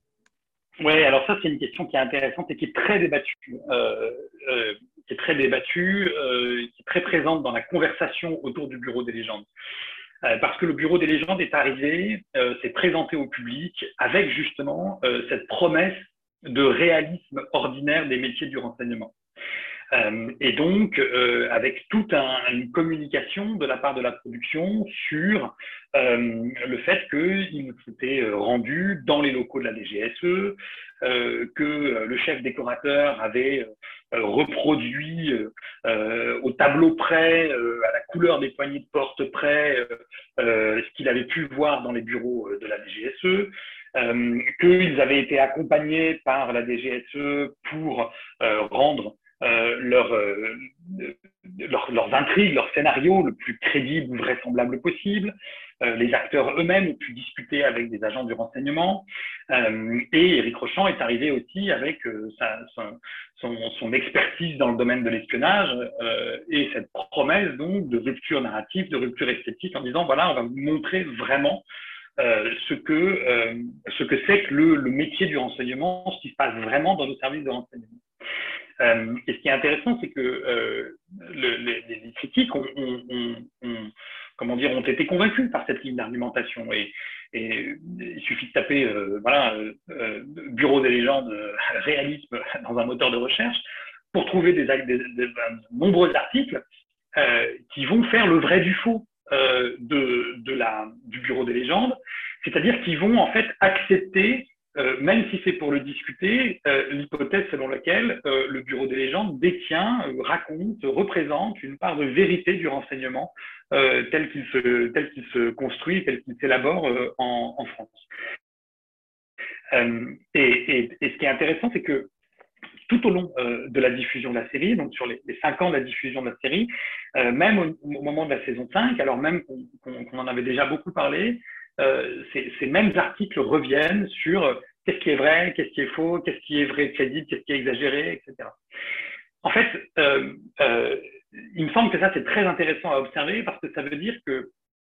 Oui, alors ça, c'est une question qui est intéressante et qui est très débattue, euh, euh, qui est très débattue, euh, qui est très présente dans la conversation autour du Bureau des légendes. Euh, parce que le Bureau des légendes est arrivé, euh, s'est présenté au public avec justement euh, cette promesse de réalisme ordinaire des métiers du renseignement. Euh, et donc, euh, avec toute un, une communication de la part de la production sur euh, le fait qu'il s'était rendu dans les locaux de la D G S E, euh, que le chef décorateur avait euh, reproduit euh, au tableau près, euh, à la couleur des poignées de porte près, euh, euh, ce qu'il avait pu voir dans les bureaux de la D G S E. Euh, qu'ils avaient été accompagnés par la D G S E pour euh, rendre Euh, leur, euh, leur, leurs intrigues, leurs scénarios le plus crédible ou vraisemblable possible. Euh, les acteurs eux-mêmes ont pu discuter avec des agents du renseignement. Euh, et Éric Rochant est arrivé aussi avec euh, sa, son, son, son expertise dans le domaine de l'espionnage euh, et cette promesse donc de rupture narrative, de rupture esthétique en disant voilà, on va vous montrer vraiment Euh, ce que euh, ce que c'est que le, le métier du renseignement, ce qui se passe vraiment dans nos services de renseignement. Euh, et ce qui est intéressant, c'est que euh, le, les, les critiques ont, ont, ont, ont, comment dire, ont été convaincus par cette ligne d'argumentation. Et, et il suffit de taper euh, voilà, euh, Bureau des légendes, euh, réalisme dans un moteur de recherche pour trouver des, des, des, des nombreux articles euh, qui vont faire le vrai du faux euh, de, de la, du Bureau des légendes, c'est-à-dire qu'ils vont en fait accepter Euh, même si c'est pour le discuter, euh, l'hypothèse selon laquelle euh, le Bureau des légendes détient, euh, raconte, représente une part de vérité du renseignement euh, tel qu'il se, tel qu'il se construit, tel qu'il s'élabore euh, en, en France. Euh, et, et, et ce qui est intéressant, c'est que tout au long euh, de la diffusion de la série, donc sur les, les cinq ans de la diffusion de la série, euh, même au, au moment de la saison cinq, alors même qu'on qu'on, qu'on en avait déjà beaucoup parlé, euh, ces, ces mêmes articles reviennent sur euh, qu'est-ce qui est vrai, qu'est-ce qui est faux, qu'est-ce qui est vrai crédible, qu'est-ce qui est exagéré, et cetera. En fait, euh, euh, il me semble que ça, c'est très intéressant à observer parce que ça veut dire que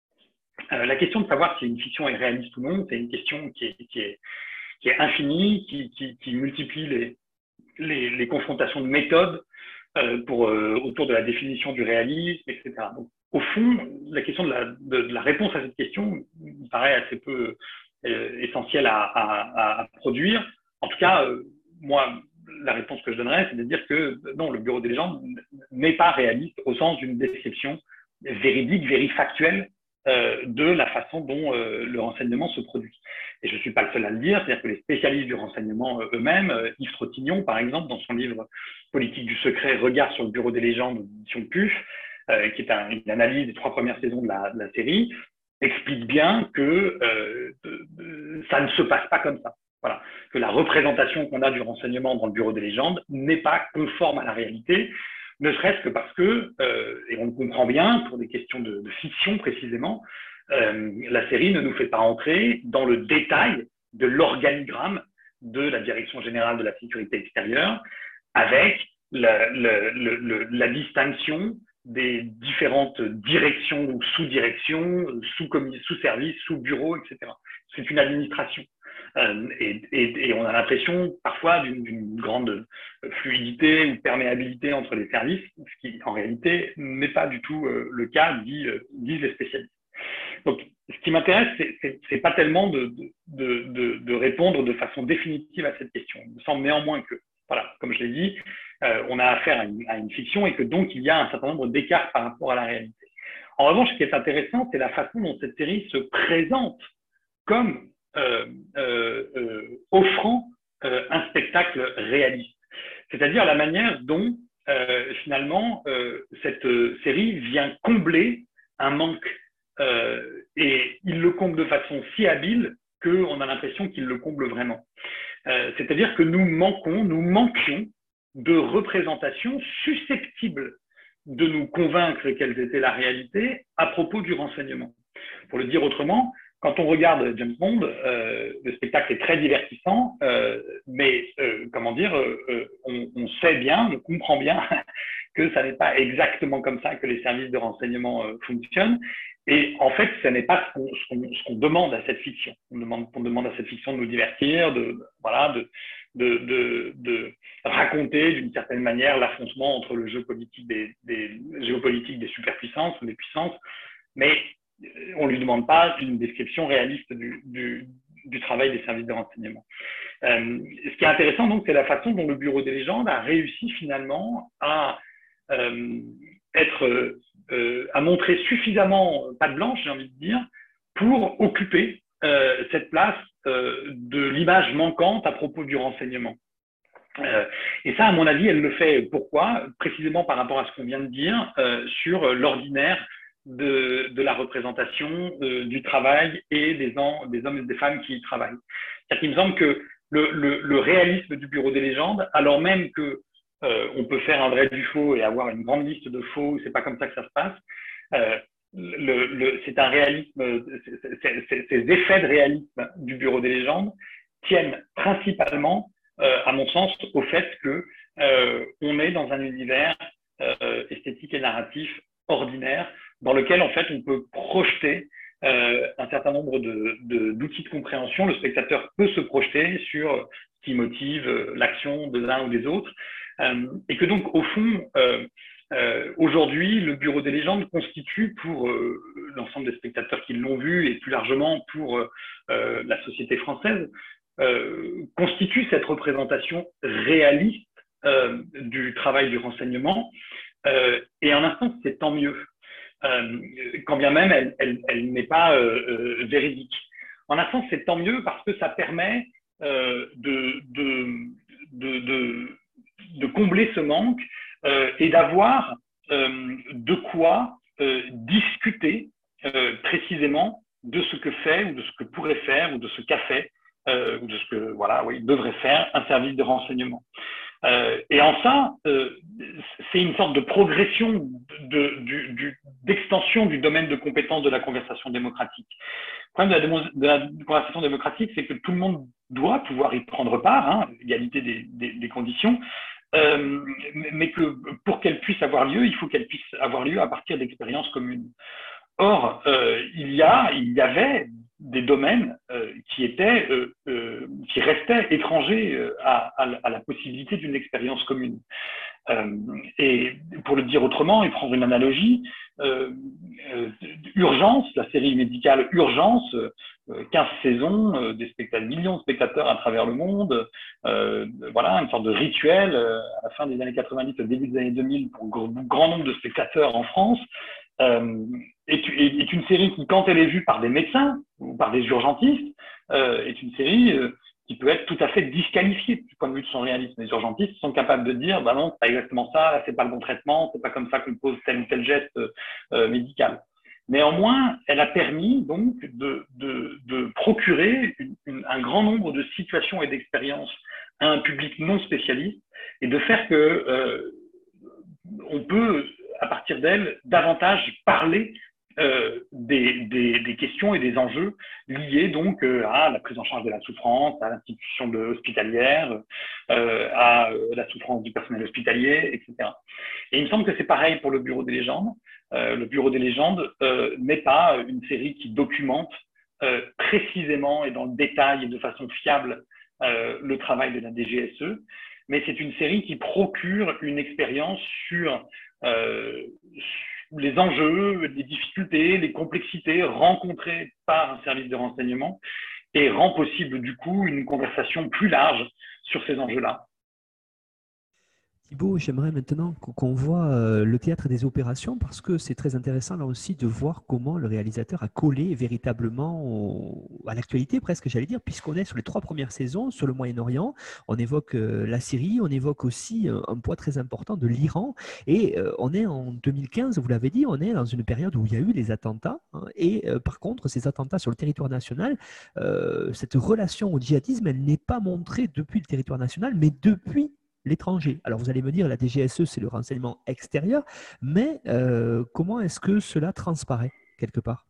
euh, la question de savoir si une fiction est réaliste ou non, c'est une question qui est, qui est, qui est infinie, qui, qui, qui multiplie les, les, les confrontations de méthodes euh, pour, euh, autour de la définition du réalisme, et cetera. Donc, au fond, la question de la, de, de la réponse à cette question me paraît assez peu euh, essentielle à, à, à produire. En tout cas, euh, moi, la réponse que je donnerais, c'est de dire que non, le Bureau des légendes n'est pas réaliste au sens d'une description véridique, vérifactuelle euh, de la façon dont euh, le renseignement se produit. Et je ne suis pas le seul à le dire, c'est-à-dire que les spécialistes du renseignement eux-mêmes, euh, Yves Trottignon, par exemple, dans son livre Politique du secret, Regard sur le Bureau des légendes, édition P U F, euh, qui est un, une analyse des trois premières saisons de la, de la série, explique bien que euh, de, de, ça ne se passe pas comme ça. Voilà, que la représentation qu'on a du renseignement dans le Bureau des légendes n'est pas conforme à la réalité, ne serait-ce que parce que, euh, et on le comprend bien, pour des questions de, de fiction précisément, euh, la série ne nous fait pas entrer dans le détail de l'organigramme de la Direction générale de la sécurité extérieure, avec la, la, la, la distinction des différentes directions ou sous-directions, sous-services, sous-bureaux, et cetera. C'est une administration. Euh, et, et, et on a l'impression parfois d'une grande fluidité ou perméabilité entre les services, ce qui en réalité n'est pas du tout euh, le cas, disent, disent les spécialistes. Donc, ce qui m'intéresse, c'est pas tellement de, de, de, de répondre de façon définitive à cette question. Il me semble néanmoins que, voilà, comme je l'ai dit, euh, on a affaire à une, à une fiction et que donc il y a un certain nombre d'écarts par rapport à la réalité. En revanche, ce qui est intéressant, c'est la façon dont cette série se présente comme euh, euh, euh, offrant euh, un spectacle réaliste. C'est-à-dire la manière dont, euh, finalement, euh, cette série vient combler un manque. Euh, et il le comble de façon si habile qu'on a l'impression qu'il le comble vraiment. Euh, C'est-à-dire que nous manquons, nous manquions de représentations susceptibles de nous convaincre quelles étaient la réalité à propos du renseignement. Pour le dire autrement, quand on regarde James Bond, euh, le spectacle est très divertissant, euh, mais euh, comment dire, euh, on, on sait bien, on comprend bien que ça n'est pas exactement comme ça que les services de renseignement euh, fonctionnent. Et en fait, ce n'est pas ce qu'on ce qu'on, ce qu'on demande à cette fiction. On demande, on demande à cette fiction de nous divertir, de, voilà, de, de, de, de raconter d'une certaine manière l'affrontement entre le jeu politique des, des géopolitique des superpuissances ou des puissances, mais on ne lui demande pas une description réaliste du, du, du travail des services de renseignement. Euh, ce qui est intéressant, donc, c'est la façon dont le Bureau des légendes a réussi finalement à euh, être, euh, à montrer suffisamment patte blanche, j'ai envie de dire, pour occuper euh, cette place euh, de l'image manquante à propos du renseignement. Euh, et ça, à mon avis, elle le fait pourquoi? Précisément par rapport à ce qu'on vient de dire euh, sur l'ordinaire de, de la représentation euh, du travail et des, en, des hommes et des femmes qui y travaillent. C'est-à-dire qu'il me semble que le, le, le réalisme du Bureau des légendes, alors même que euh, on peut faire un vrai du faux et avoir une grande liste de faux, c'est pas comme ça que ça se passe, euh, le, le, c'est un réalisme, c'est, c'est, ces effets de réalisme du Bureau des légendes tiennent principalement, euh, à mon sens, au fait que euh, on est dans un univers euh, esthétique et narratif ordinaire, dans lequel en fait on peut projeter euh, un certain nombre de, de, d'outils de compréhension. Le spectateur peut se projeter sur ce qui motive euh, l'action de l'un ou des autres, euh, et que donc au fond, euh, euh, aujourd'hui, le Bureau des légendes constitue pour euh, l'ensemble des spectateurs qui l'ont vu et plus largement pour euh, la société française, euh, constitue cette représentation réaliste euh, du travail du renseignement. Euh, et en un sens, c'est tant mieux, euh, quand bien même elle, elle, elle n'est pas euh, euh, véridique. En un sens, c'est tant mieux parce que ça permet euh, de, de, de, de, de combler ce manque euh, et d'avoir euh, de quoi euh, discuter euh, précisément de ce que fait ou de ce que pourrait faire ou de ce qu'a fait euh, ou de ce que voilà, oui, devrait faire un service de renseignement. Euh, et en ça, euh, c'est une sorte de progression de, de, du, d'extension du domaine de compétence de la conversation démocratique. Le problème de la, démo, de la conversation démocratique, c'est que tout le monde doit pouvoir y prendre part, hein, l'égalité des, des, des conditions, euh, mais que pour qu'elle puisse avoir lieu, il faut qu'elle puisse avoir lieu à partir d'expériences communes. Or, euh, il y a, il y avait des domaines euh, qui étaient, euh, euh, qui restaient étrangers euh, à, à, à la possibilité d'une expérience commune. Euh, et pour le dire autrement et prendre une analogie, euh, euh, Urgence, la série médicale Urgence, euh, quinze saisons, euh, des spectateurs, millions de spectateurs à travers le monde, euh, voilà, une sorte de rituel euh, à la fin des années quatre-vingt-dix, au début des années deux mille pour un grand nombre de spectateurs en France. Euh, est, est une série qui, quand elle est vue par des médecins ou par des urgentistes, euh, est une série euh, qui peut être tout à fait disqualifiée du point de vue de son réalisme. Les urgentistes sont capables de dire, bah non, c'est pas exactement ça, là, c'est pas le bon traitement, c'est pas comme ça qu'on pose tel ou tel geste euh, médical. Néanmoins, elle a permis donc de, de, de procurer une, une, un grand nombre de situations et d'expériences à un public non spécialiste et de faire que euh, on peut, à partir d'elle, davantage parler euh, des, des, des questions et des enjeux liés donc euh, à la prise en charge de la souffrance, à l'institution de hospitalière, euh, à euh, la souffrance du personnel hospitalier, et cetera. Et il me semble que c'est pareil pour le Bureau des légendes. Euh, le Bureau des légendes euh, n'est pas une série qui documente euh, précisément et dans le détail et de façon fiable euh, le travail de la D G S E, mais c'est une série qui procure une expérience sur euh, les enjeux, les difficultés, les complexités rencontrées par un service de renseignement et rend possible du coup une conversation plus large sur ces enjeux-là. Thibaut, j'aimerais maintenant qu'on voit le théâtre des opérations parce que c'est très intéressant là aussi de voir comment le réalisateur a collé véritablement au, à l'actualité presque, j'allais dire, puisqu'on est sur les trois premières saisons sur le Moyen-Orient, on évoque la Syrie, on évoque aussi un poids très important de l'Iran et on est en deux mille quinze, vous l'avez dit, on est dans une période où il y a eu les attentats hein, et par contre ces attentats sur le territoire national, euh, cette relation au djihadisme, elle n'est pas montrée depuis le territoire national mais depuis l'étranger. Alors vous allez me dire, la D G S E, c'est le renseignement extérieur, mais euh, comment est-ce que cela transparaît quelque part?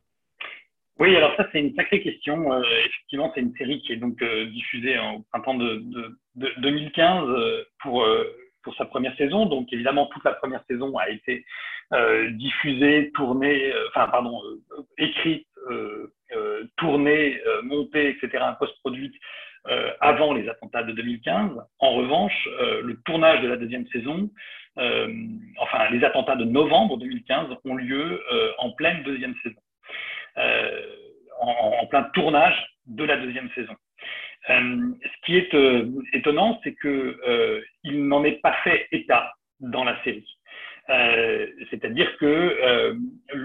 Oui, alors ça c'est une sacrée question. Euh, effectivement, c'est une série qui est donc euh, diffusée en, au printemps de, de, de deux mille quinze euh, pour, euh, pour sa première saison. Donc évidemment, toute la première saison a été euh, diffusée, tournée, euh, enfin pardon, euh, écrite, euh, euh, tournée, euh, montée, et cetera, post-produite euh, avant les attentats de deux mille quinze. En revanche, euh, le tournage de la deuxième saison, euh, enfin les attentats de novembre deux mille quinze ont lieu euh, en pleine deuxième saison. Euh, en, en plein tournage de la deuxième saison. Euh, ce qui est euh, étonnant, c'est que euh, il n'en est pas fait état dans la série. Euh, c'est-à-dire que euh,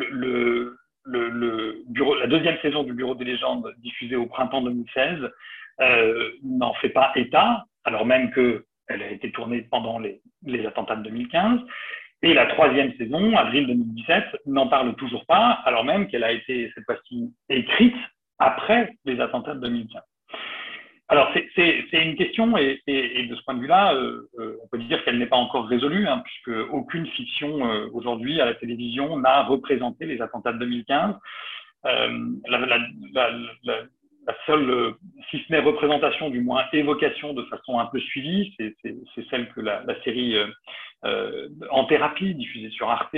le, le, le bureau, la deuxième saison du Bureau des légendes, diffusée au printemps deux mille seize, euh, n'en fait pas état, alors même qu'elle a été tournée pendant les, les attentats de deux mille quinze. Et la troisième saison, avril deux mille dix-sept, n'en parle toujours pas, alors même qu'elle a été cette fois-ci écrite après les attentats de deux mille quinze. Alors c'est une question et, et, et de ce point de vue-là, euh, euh, on peut dire qu'elle n'est pas encore résolue, hein, puisque aucune fiction euh, aujourd'hui à la télévision n'a représenté les attentats de deux mille quinze. Euh, la, la, la, la, la seule, si ce n'est représentation, du moins évocation de façon un peu suivie, c'est celle que la, la série euh, euh, En thérapie, diffusée sur Arte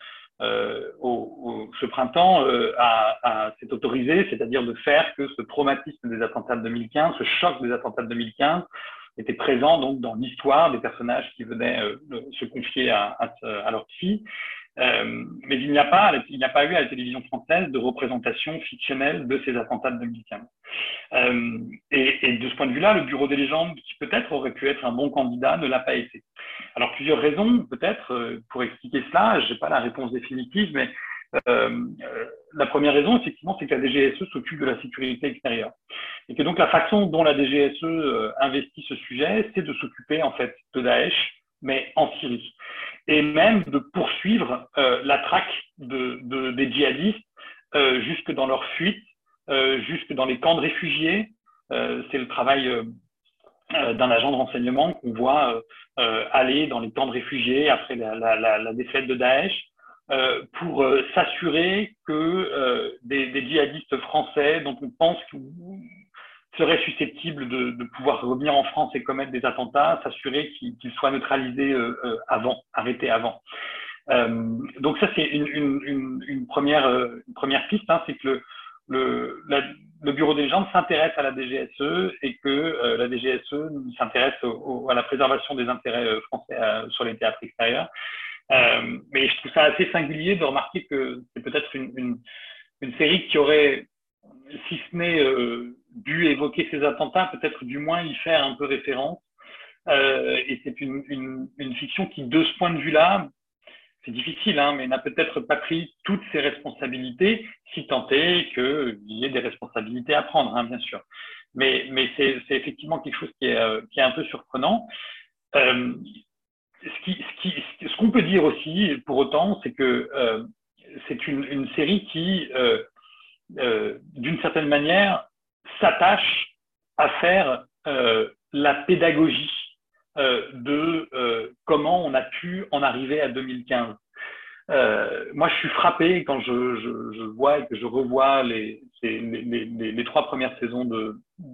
euh, au, au, ce printemps, euh, s'est autorisée, c'est-à-dire de faire que ce traumatisme des attentats de deux mille quinze, ce choc des attentats de deux mille quinze, était présent donc dans l'histoire des personnages qui venaient euh, se confier à, à, à leur psy. Euh, mais il n'y a pas, il n'y a pas eu à la télévision française de représentation fictionnelle de ces attentats de deux mille quinze. Euh, et, et de ce point de vue-là, le Bureau des légendes, qui peut-être aurait pu être un bon candidat, ne l'a pas été. Alors plusieurs raisons, peut-être, euh, pour expliquer cela. Je n'ai pas la réponse définitive, mais euh, euh, la première raison, effectivement, c'est que la D G S E s'occupe de la sécurité extérieure. Et que donc la façon dont la D G S E euh, investit ce sujet, c'est de s'occuper en fait de Daesh, mais en Syrie. Et même de poursuivre euh, la traque de, de, des djihadistes euh, jusque dans leur fuite, euh, jusque dans les camps de réfugiés. Euh, c'est le travail euh, euh, d'un agent de renseignement qu'on voit euh, euh, aller dans les camps de réfugiés après la, la, la, la défaite de Daesh euh, pour euh, s'assurer que euh, des, des djihadistes français dont on pense qu'ils seraient susceptibles de, de pouvoir revenir en France et commettre des attentats, s'assurer qu'ils, qu'ils soient neutralisés euh, euh, avant, arrêtés avant. Euh, donc ça, c'est une, une, une, une, première, euh, une première piste, hein, c'est que le, le, la, le Bureau des légendes s'intéresse à la D G S E et que euh, la D G S E s'intéresse au, au, à la préservation des intérêts français euh, sur les théâtres extérieurs. Euh, mais je trouve ça assez singulier de remarquer que c'est peut-être une, une, une série qui aurait, si ce n'est euh, dû évoquer ces attentats, peut-être du moins y faire un peu référence. Euh, et c'est une, une, une fiction qui, de ce point de vue-là, c'est difficile, hein, mais n'a peut-être pas pris toutes ses responsabilités, si tant est qu'il y ait des responsabilités à prendre, hein, bien sûr. Mais, mais c'est, c'est effectivement quelque chose qui est, euh, qui est un peu surprenant. Euh, ce, qui, ce, qui, ce qu'on peut dire aussi, pour autant, c'est que euh, c'est une, une série qui, euh, euh, d'une certaine manière, s'attache à faire euh, la pédagogie euh, de euh, comment on a pu en arriver à deux mille quinze. Euh, moi, je suis frappé quand je, je, je vois et que je revois les, les, les, les, les trois premières saisons de,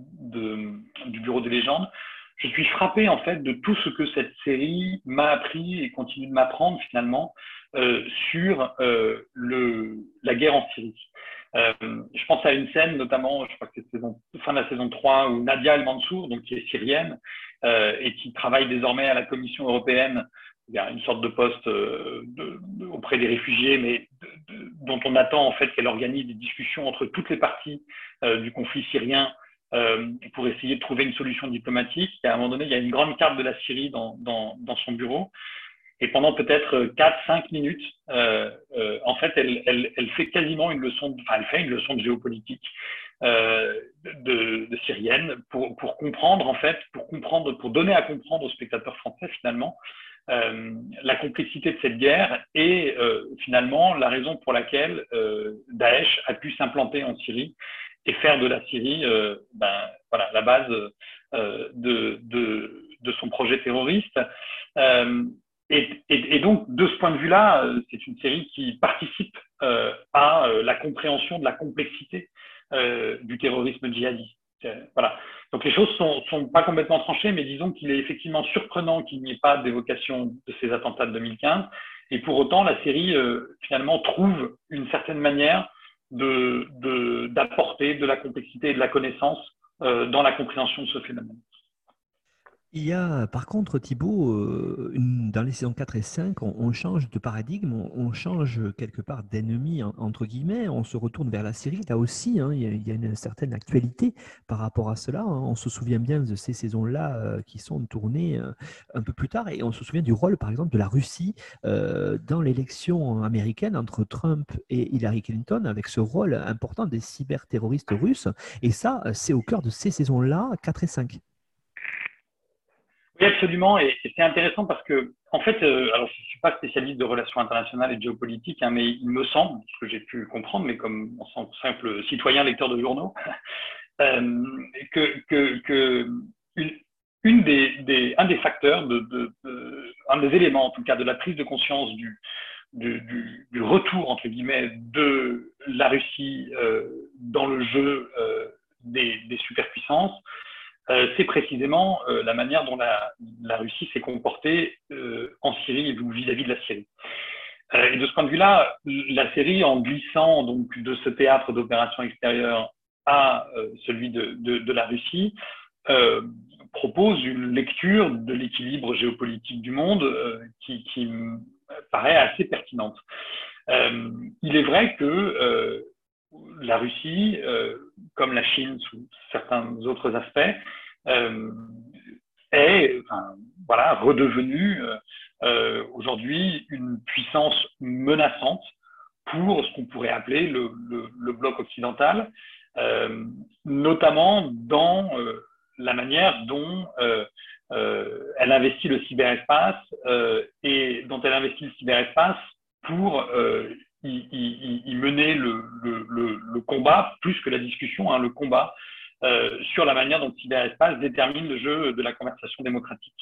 de, du Bureau des légendes. Je suis frappé en fait de tout ce que cette série m'a appris et continue de m'apprendre finalement euh, sur euh, le, la guerre en Syrie. Euh, je pense à une scène, notamment, je crois que c'est saison, fin de la saison trois, où Nadia El Mansour, donc qui est syrienne euh, et qui travaille désormais à la Commission européenne, il y a une sorte de poste euh, de, de, auprès des réfugiés, mais de, de, dont on attend en fait qu'elle organise des discussions entre toutes les parties euh, du conflit syrien euh, pour essayer de trouver une solution diplomatique. Et à un moment donné, il y a une grande carte de la Syrie dans, dans, dans son bureau. Et pendant peut-être quatre cinq minutes, euh, euh, en fait, elle, elle, elle fait quasiment une leçon, de, enfin, elle fait une leçon de géopolitique euh, de, de syrienne pour, pour comprendre, en fait, pour comprendre, pour donner à comprendre aux spectateurs français, finalement, euh, la complexité de cette guerre et euh, finalement la raison pour laquelle euh, Daesh a pu s'implanter en Syrie et faire de la Syrie euh, ben, voilà, la base euh, de, de, de son projet terroriste. Euh, Et, et, et donc, de ce point de vue-là, c'est une série qui participe euh, à euh, la compréhension de la complexité euh, du terrorisme djihadiste. Euh, voilà. Donc, les choses sont, sont pas complètement tranchées, mais disons qu'il est effectivement surprenant qu'il n'y ait pas d'évocation de ces attentats de deux mille quinze. Et pour autant, la série, euh, finalement, trouve une certaine manière de, de, d'apporter de la complexité et de la connaissance euh, dans la compréhension de ce phénomène. Il y a, par contre, Thibaut, euh, une- dans les saisons quatre et cinq, on, on change de paradigme, on, on change quelque part d'ennemi, en- entre guillemets, on se retourne vers la Syrie. Là aussi, hein, il y a, il y a une certaine actualité par rapport à cela, hein. On se souvient bien de ces saisons-là euh, qui sont tournées euh, un peu plus tard, et on se souvient du rôle, par exemple, de la Russie euh, dans l'élection américaine entre Trump et Hillary Clinton, avec ce rôle important des cyberterroristes russes. Et ça, c'est au cœur de ces saisons-là, quatre et cinq. Oui, absolument. Et, et c'est intéressant parce que, en fait, euh, alors je ne suis pas spécialiste de relations internationales et de géopolitique, hein, mais il me semble, ce que j'ai pu comprendre, mais comme en simple citoyen lecteur de journaux, euh, que, que, que une, une des, des, un des facteurs, de, de, de, un des éléments en tout cas de la prise de conscience du, du, du, du retour, entre guillemets, de la Russie euh, dans le jeu euh, des, des superpuissances, Euh, c'est précisément euh, la manière dont la, la Russie s'est comportée euh, en Syrie ou vis-à-vis de la Syrie. Euh, et de ce point de vue-là, la série, en glissant donc de ce théâtre d'opérations extérieures à euh, celui de, de, de la Russie, euh, propose une lecture de l'équilibre géopolitique du monde euh, qui, qui me paraît assez pertinente. Euh, il est vrai que euh, la Russie, euh, comme la Chine sous certains autres aspects, euh, est enfin, voilà, redevenue euh, aujourd'hui une puissance menaçante pour ce qu'on pourrait appeler le, le, le bloc occidental, euh, notamment dans euh, la manière dont euh, euh, elle investit le cyberespace euh, et dont elle investit le cyberespace pour euh, y, y, y mener le, le, le, le combat, plus que la discussion, hein, le combat euh, sur la manière dont le cyberespace détermine le jeu de la conversation démocratique.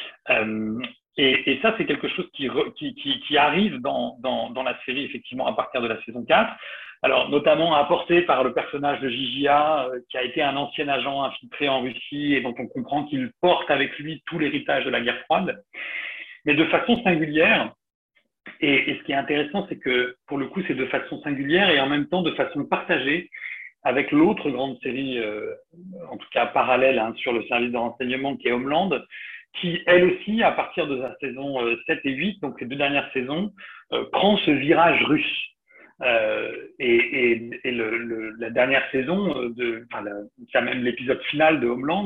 Euh, et, et ça, c'est quelque chose qui, qui, qui, qui arrive dans, dans, dans la série, effectivement, à partir de la saison quatre. Alors, notamment apporté par le personnage de Gigi A, euh, qui a été un ancien agent infiltré en Russie et dont on comprend qu'il porte avec lui tout l'héritage de la guerre froide, mais de façon singulière. Et, et ce qui est intéressant, c'est que, pour le coup, c'est de façon singulière et en même temps de façon partagée avec l'autre grande série, euh, en tout cas parallèle hein, sur le service de renseignement, qui est Homeland, qui, elle aussi, à partir de la saison euh, sept et huit, donc les deux dernières saisons, euh, prend ce virage russe. Euh, et et, et le, le, la dernière saison, de, enfin, la, même l'épisode final de Homeland,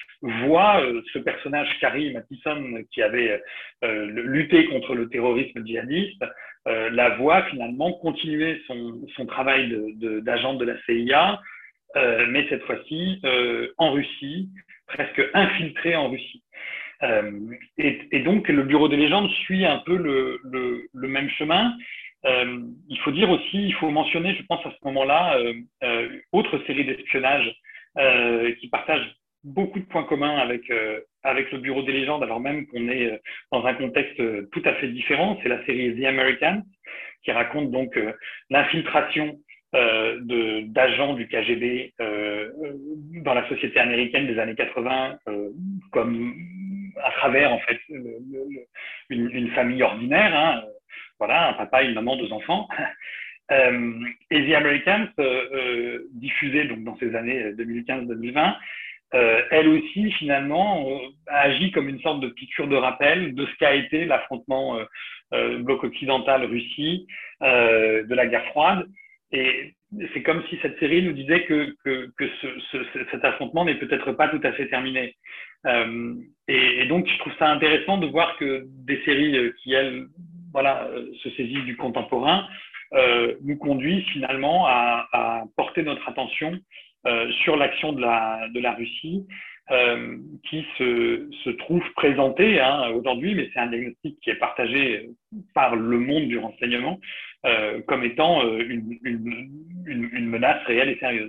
voit euh, ce personnage, Carrie Mathison, qui avait euh, lutté contre le terrorisme djihadiste, euh, la voit finalement continuer son, son travail de, de, d'agent de la C I A, euh, mais cette fois-ci euh, en Russie, presque infiltré en Russie. Euh, et, et donc, le Bureau des légendes suit un peu le, le, le même chemin. Euh, il faut dire aussi, il faut mentionner, je pense à ce moment-là, euh, euh, autre série d'espionnage euh, qui partage beaucoup de points communs avec, euh, avec le Bureau des légendes, alors même qu'on est dans un contexte tout à fait différent. C'est la série The Americans, qui raconte donc euh, l'infiltration euh, de, d'agents du K G B euh, dans la société américaine des années quatre-vingts, euh, comme à travers en fait le, le, une, une famille ordinaire, hein, voilà, un papa, une maman, deux enfants. Euh, et The Americans, euh, euh, diffusée donc dans ces années deux mille quinze deux mille vingt, euh, elle aussi finalement euh, agit comme une sorte de piqûre de rappel de ce qu'a été l'affrontement euh, euh, bloc occidental-Russie euh, de la guerre froide. Et c'est comme si cette série nous disait que, que, que ce, ce, cet affrontement n'est peut-être pas tout à fait terminé. Euh, et, et donc, je trouve ça intéressant de voir que des séries qui, elles, voilà, se saisissent du contemporain, euh, nous conduisent finalement à, à porter notre attention euh, sur l'action de la, de la Russie, euh, qui se, se trouve présentée hein, aujourd'hui, mais c'est un diagnostic qui est partagé par le monde du renseignement, euh, comme étant euh, une, une, une, une menace réelle et sérieuse.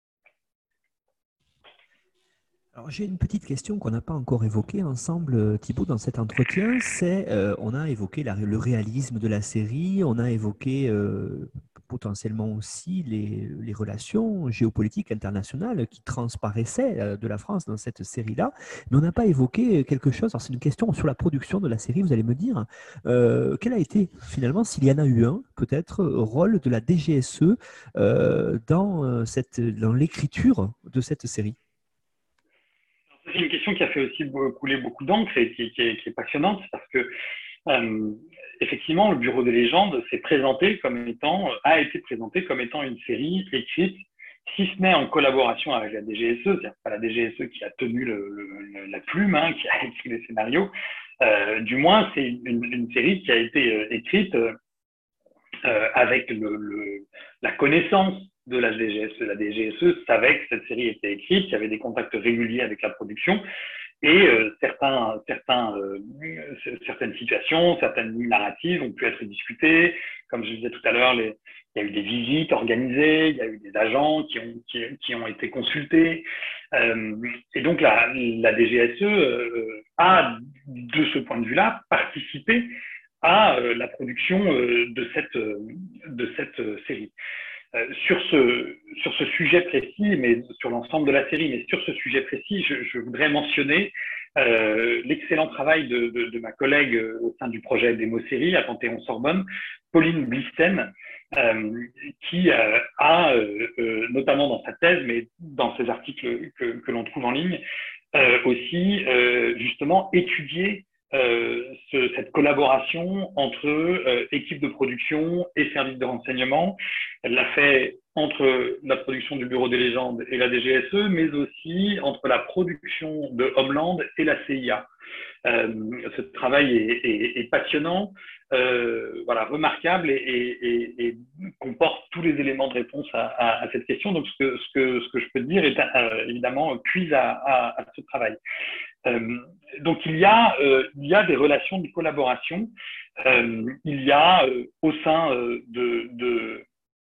Alors, j'ai une petite question qu'on n'a pas encore évoquée ensemble, Thibaut, dans cet entretien. C'est, euh, on a évoqué la, le réalisme de la série, on a évoqué euh, potentiellement aussi les, les relations géopolitiques internationales qui transparaissaient euh, de la France dans cette série-là, mais on n'a pas évoqué quelque chose. Alors, c'est une question sur la production de la série, vous allez me dire. Euh, quel a été finalement, s'il y en a eu un, peut-être, rôle de la D G S E euh, dans, cette, dans l'écriture de cette série? C'est une question qui a fait aussi couler beaucoup d'encre et qui, qui, est, qui est passionnante parce que euh, effectivement, le Bureau des légendes s'est présenté comme étant, a été présenté comme étant une série écrite, si ce n'est en collaboration avec la D G S E, c'est-à-dire pas la D G S E qui a tenu le, le, la plume, hein, qui a écrit les scénarios. Euh, du moins, c'est une, une série qui a été euh, écrite euh, avec le, le, la connaissance de la D G S E. La D G S E savait que cette série était écrite, qu'il y avait des contacts réguliers avec la production et euh, certains, certains, euh, certaines situations, certaines lignes narratives ont pu être discutées. Comme je disais tout à l'heure, les, il y a eu des visites organisées, il y a eu des agents qui ont, qui, qui ont été consultés. Euh, et donc la, la D G S E euh, a, de ce point de vue-là, participé à euh, la production euh, de cette, euh, de cette euh, série. Euh, sur, ce, sur ce sujet précis, mais sur l'ensemble de la série, mais sur ce sujet précis, je, je voudrais mentionner euh, l'excellent travail de, de, de ma collègue euh, au sein du projet Démo-Série à Panthéon-Sorbonne, Pauline Blisten, euh, qui euh, a, euh, euh, notamment dans sa thèse, mais dans ses articles que, que l'on trouve en ligne, euh, aussi euh, justement étudié Euh, ce, cette collaboration entre euh, équipe de production et services de renseignement. Elle l'a fait entre la production du Bureau des légendes et la D G S E, mais aussi entre la production de Homeland et la C I A. Euh, ce travail est, est, est passionnant, euh, voilà, remarquable et, et, et comporte tous les éléments de réponse à, à, à cette question. Donc, ce que, ce que, ce que je peux dire est euh, évidemment puise à, à, à ce travail. Euh, donc il y a euh, il y a des relations de collaboration. Euh, il y a euh, au sein euh, de, de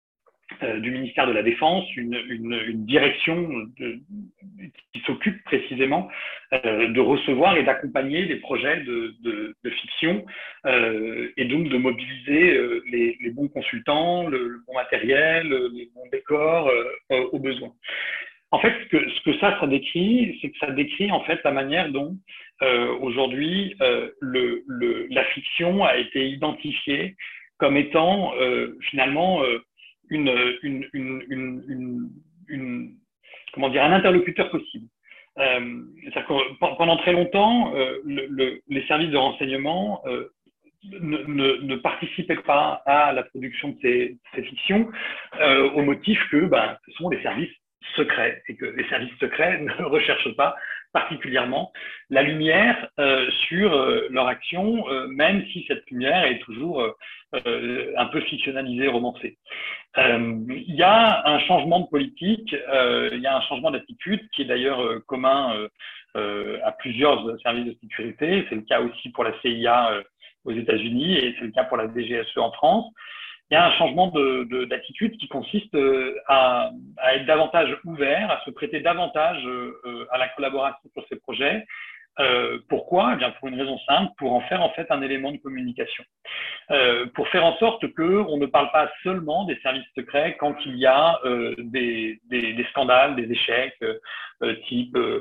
euh, du ministère de la Défense, une, une, une direction de, qui s'occupe précisément euh, de recevoir et d'accompagner les projets de, de, de fiction euh, et donc de mobiliser euh, les, les bons consultants, le, le bon matériel, les bons décors euh, aux besoins. En fait, ce que, ce que ça, ça décrit, c'est que ça décrit en fait la manière dont euh, aujourd'hui euh, le, le, la fiction a été identifiée comme étant euh, finalement euh, une, une, une, une, une, une, comment dire, un interlocuteur possible. Euh, pendant très longtemps, euh, le, le, les services de renseignement euh, ne, ne, ne participaient pas à la production de ces, ces fictions euh, au motif que ben, ce sont des services secrets et que les services secrets ne recherchent pas particulièrement la lumière euh, sur euh, leur action, euh, même si cette lumière est toujours euh, un peu fictionnalisée, romancée. Euh, il y a un changement de politique, euh, il y a un changement d'attitude qui est d'ailleurs euh, commun euh, euh, à plusieurs services de sécurité. C'est le cas aussi pour la C I A euh, aux États-Unis et c'est le cas pour la D G S E en France. Il y a un changement de, de, d'attitude qui consiste à, à être davantage ouvert, à se prêter davantage euh, à la collaboration sur ces projets. Euh, pourquoi ? Eh bien, pour une raison simple, pour en faire en fait un élément de communication. Euh, pour faire en sorte qu'on ne parle pas seulement des services secrets quand il y a euh, des, des, des scandales, des échecs, euh, type, euh,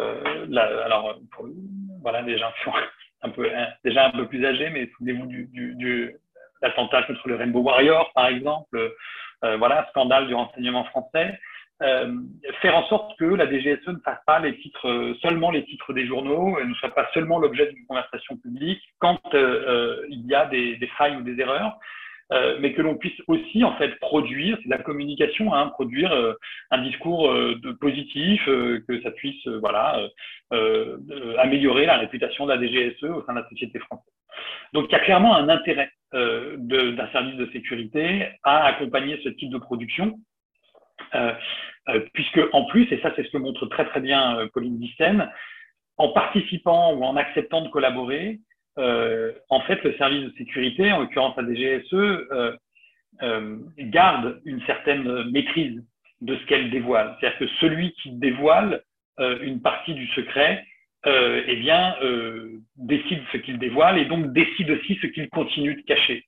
la, alors, pour, voilà, des gens qui sont un peu, hein, déjà un peu plus âgés, mais souvenez-vous du, du, du l'attentat contre le Rainbow Warrior, par exemple, euh, voilà, scandale du renseignement français. Euh, faire en sorte que la D G S E ne fasse pas les titres, euh, seulement les titres des journaux, et ne soit pas seulement l'objet d'une conversation publique quand euh, il y a des, des failles ou des erreurs, euh, mais que l'on puisse aussi en fait produire, c'est de la communication, hein, produire euh, un discours euh, de positif, euh, que ça puisse euh, voilà euh, euh, améliorer la réputation de la D G S E au sein de la société française. Donc il y a clairement un intérêt euh, de, d'un service de sécurité à accompagner ce type de production. Euh, euh, puisque en plus, et ça c'est ce que montre très très bien euh, Pauline Dissène, en participant ou en acceptant de collaborer, euh, en fait le service de sécurité, en l'occurrence la D G S E, euh, euh, garde une certaine maîtrise de ce qu'elle dévoile. C'est-à-dire que celui qui dévoile euh, une partie du secret, euh, eh bien, euh, décide ce qu'il dévoile et donc décide aussi ce qu'il continue de cacher.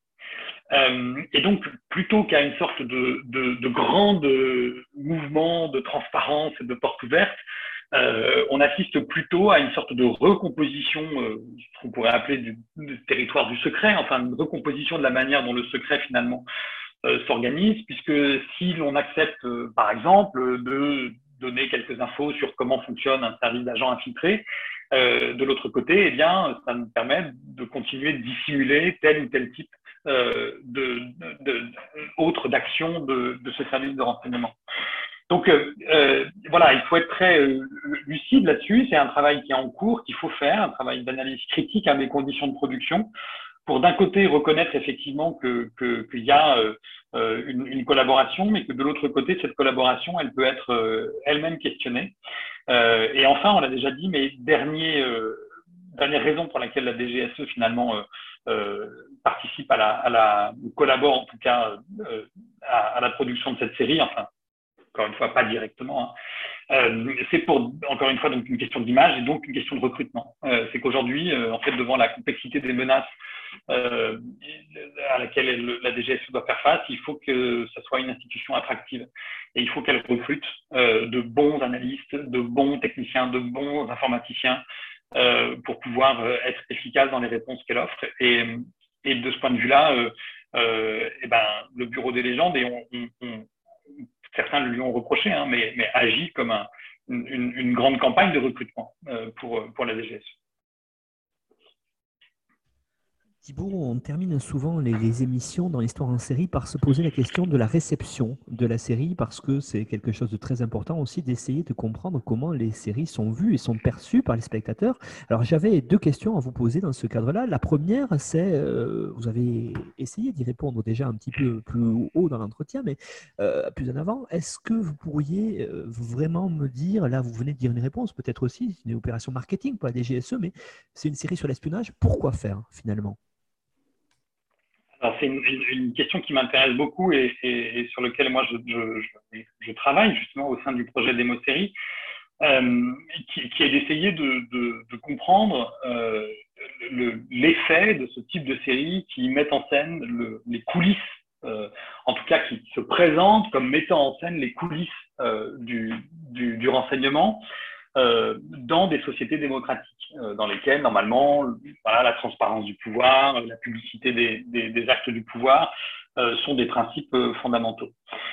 Euh, et donc, plutôt qu'à une sorte de, de, de grand mouvement de transparence et de porte ouverte, euh, on assiste plutôt à une sorte de recomposition, euh, ce qu'on pourrait appeler du, du territoire du secret, enfin une recomposition de la manière dont le secret finalement euh, s'organise, puisque si l'on accepte, euh, par exemple, de donner quelques infos sur comment fonctionne un service d'agents infiltrés, euh, de l'autre côté, eh bien, ça nous permet de continuer de dissimuler tel ou tel type Euh, de, de, de, autres d'actions de, de ce service de renseignement. Donc euh, euh, voilà, il faut être très euh, lucide là-dessus. C'est un travail qui est en cours, qu'il faut faire, un travail d'analyse critique à des conditions de production, pour d'un côté reconnaître effectivement que, que, qu'il y a euh, une, une collaboration, mais que de l'autre côté, cette collaboration, elle peut être euh, elle-même questionnée. Euh, et enfin, on l'a déjà dit, mais dernier, euh, dernière raison pour laquelle la D G S E finalement euh, Euh, participe à la, à la, ou collabore en tout cas euh, à, à la production de cette série, enfin, encore une fois, pas directement. Hein. Euh, c'est pour, encore une fois, donc une question d'image et donc une question de recrutement. Euh, c'est qu'aujourd'hui, euh, en fait, devant la complexité des menaces euh, à laquelle elle, la D G S E doit faire face, il faut que ça soit une institution attractive et il faut qu'elle recrute euh, de bons analystes, de bons techniciens, de bons informaticiens, Euh, pour pouvoir euh, être efficace dans les réponses qu'elle offre. Et, et de ce point de vue-là, euh, euh, et ben, le Bureau des légendes, et on, on, on, certains le lui ont reproché, hein, mais, mais agit comme un, une, une grande campagne de recrutement euh, pour, pour la D G S E. Thibaut, on termine souvent les, les émissions dans l'histoire en série par se poser la question de la réception de la série, parce que c'est quelque chose de très important aussi d'essayer de comprendre comment les séries sont vues et sont perçues par les spectateurs. Alors j'avais deux questions à vous poser dans ce cadre-là. La première, c'est, euh, vous avez essayé d'y répondre déjà un petit peu plus haut dans l'entretien, mais euh, plus en avant, est-ce que vous pourriez euh, vraiment me dire, là vous venez de dire une réponse, peut-être aussi, c'est une opération marketing pour la D G S E, mais c'est une série sur l'espionnage, pourquoi faire finalement ? Alors, c'est une, une, une question qui m'intéresse beaucoup et, et, et sur laquelle moi je, je, je, je travaille justement au sein du projet Démo-Série, euh, qui, qui est d'essayer de, de, de comprendre euh, le, l'effet de ce type de séries qui mettent en scène le, les coulisses, euh, en tout cas qui se présentent comme mettant en scène les coulisses euh, du, du, du renseignement euh, dans des sociétés démocratiques, euh, dans lesquelles normalement voilà, la transparence du pouvoir, la publicité des, des, des actes du pouvoir euh, sont des principes euh, fondamentaux.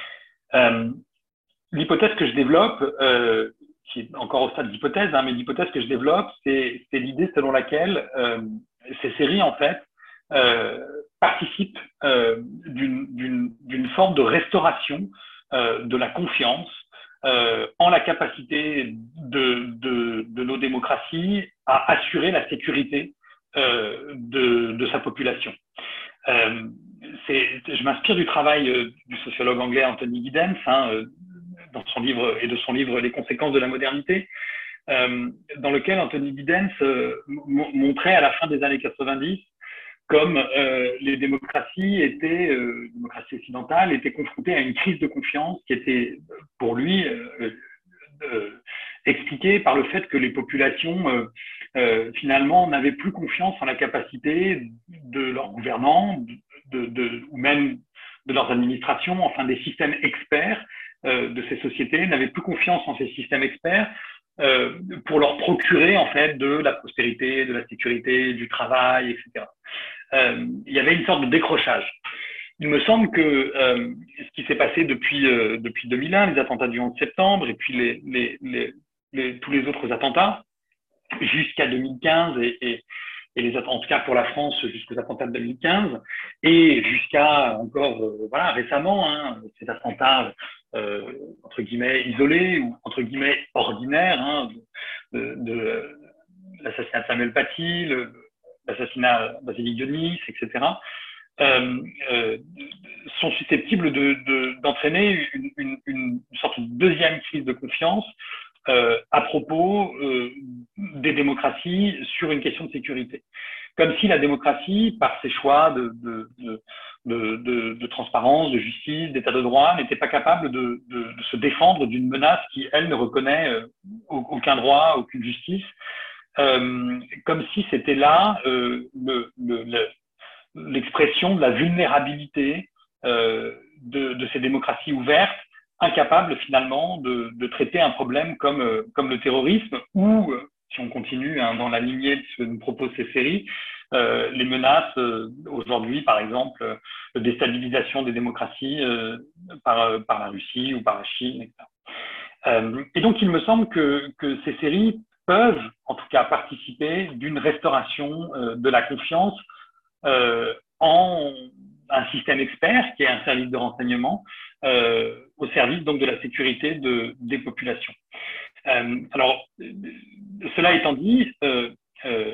Euh, l'hypothèse que je développe, euh, qui est encore au stade d'hypothèse, hein, mais l'hypothèse que je développe, c'est, c'est l'idée selon laquelle euh, ces séries, en fait, euh, participent euh, d'une, d'une, d'une forme de restauration euh, de la confiance euh, en la capacité de, de, de nos démocraties à assurer la sécurité euh, de, de sa population. Euh, c'est, je m'inspire du travail euh, du sociologue anglais Anthony Giddens, hein, euh, dans son livre et de son livre Les conséquences de la modernité, euh, dans lequel Anthony Giddens euh, m- montrait à la fin des années quatre-vingt-dix comme euh, les démocraties étaient, euh, les démocraties occidentales étaient confrontées à une crise de confiance qui était pour lui euh, euh, expliquée par le fait que les populations euh, euh, finalement n'avaient plus confiance en la capacité de leurs gouvernants, de, de, de, ou même de leurs administrations, enfin des systèmes experts euh, de ces sociétés, n'avaient plus confiance en ces systèmes experts euh, pour leur procurer en fait de la prospérité, de la sécurité, du travail, et cetera. Euh, il y avait une sorte de décrochage. Il me semble que euh, ce qui s'est passé depuis, euh, depuis deux mille un, les attentats du onze septembre et puis les, les, les, les, tous les autres attentats, jusqu'à deux mille quinze et, et, et les en tout cas pour la France jusqu'aux attentats de deux mille quinze et jusqu'à encore euh, voilà récemment hein, ces attentats euh, entre guillemets isolés ou entre guillemets ordinaires hein, de, de, de l'assassinat de Samuel Paty, le, l'assassinat de Vassili Dionis, et cetera. Euh, euh, sont susceptibles de, de, d'entraîner une, une, une sorte de deuxième crise de confiance euh, à propos euh, des démocraties sur une question de sécurité. Comme si la démocratie, par ses choix de, de, de, de, de, de transparence, de justice, d'état de droit, n'était pas capable de, de, de se défendre d'une menace qui, elle, ne reconnaît euh, aucun droit, aucune justice, euh, comme si c'était là euh, le, le, le l'expression de la vulnérabilité euh, de, de ces démocraties ouvertes, incapables finalement de, de traiter un problème comme, euh, comme le terrorisme ou, euh, si on continue hein, dans la lignée de ce que nous proposent ces séries, euh, les menaces euh, aujourd'hui, par exemple, euh, de déstabilisation des démocraties euh, par, par la Russie ou par la Chine, et cetera. Euh, et donc, il me semble que, que ces séries peuvent, en tout cas, participer d'une restauration euh, de la confiance Euh, en un système expert qui est un service de renseignement euh, au service donc de la sécurité de, des populations. Euh, alors, cela étant dit, euh, euh,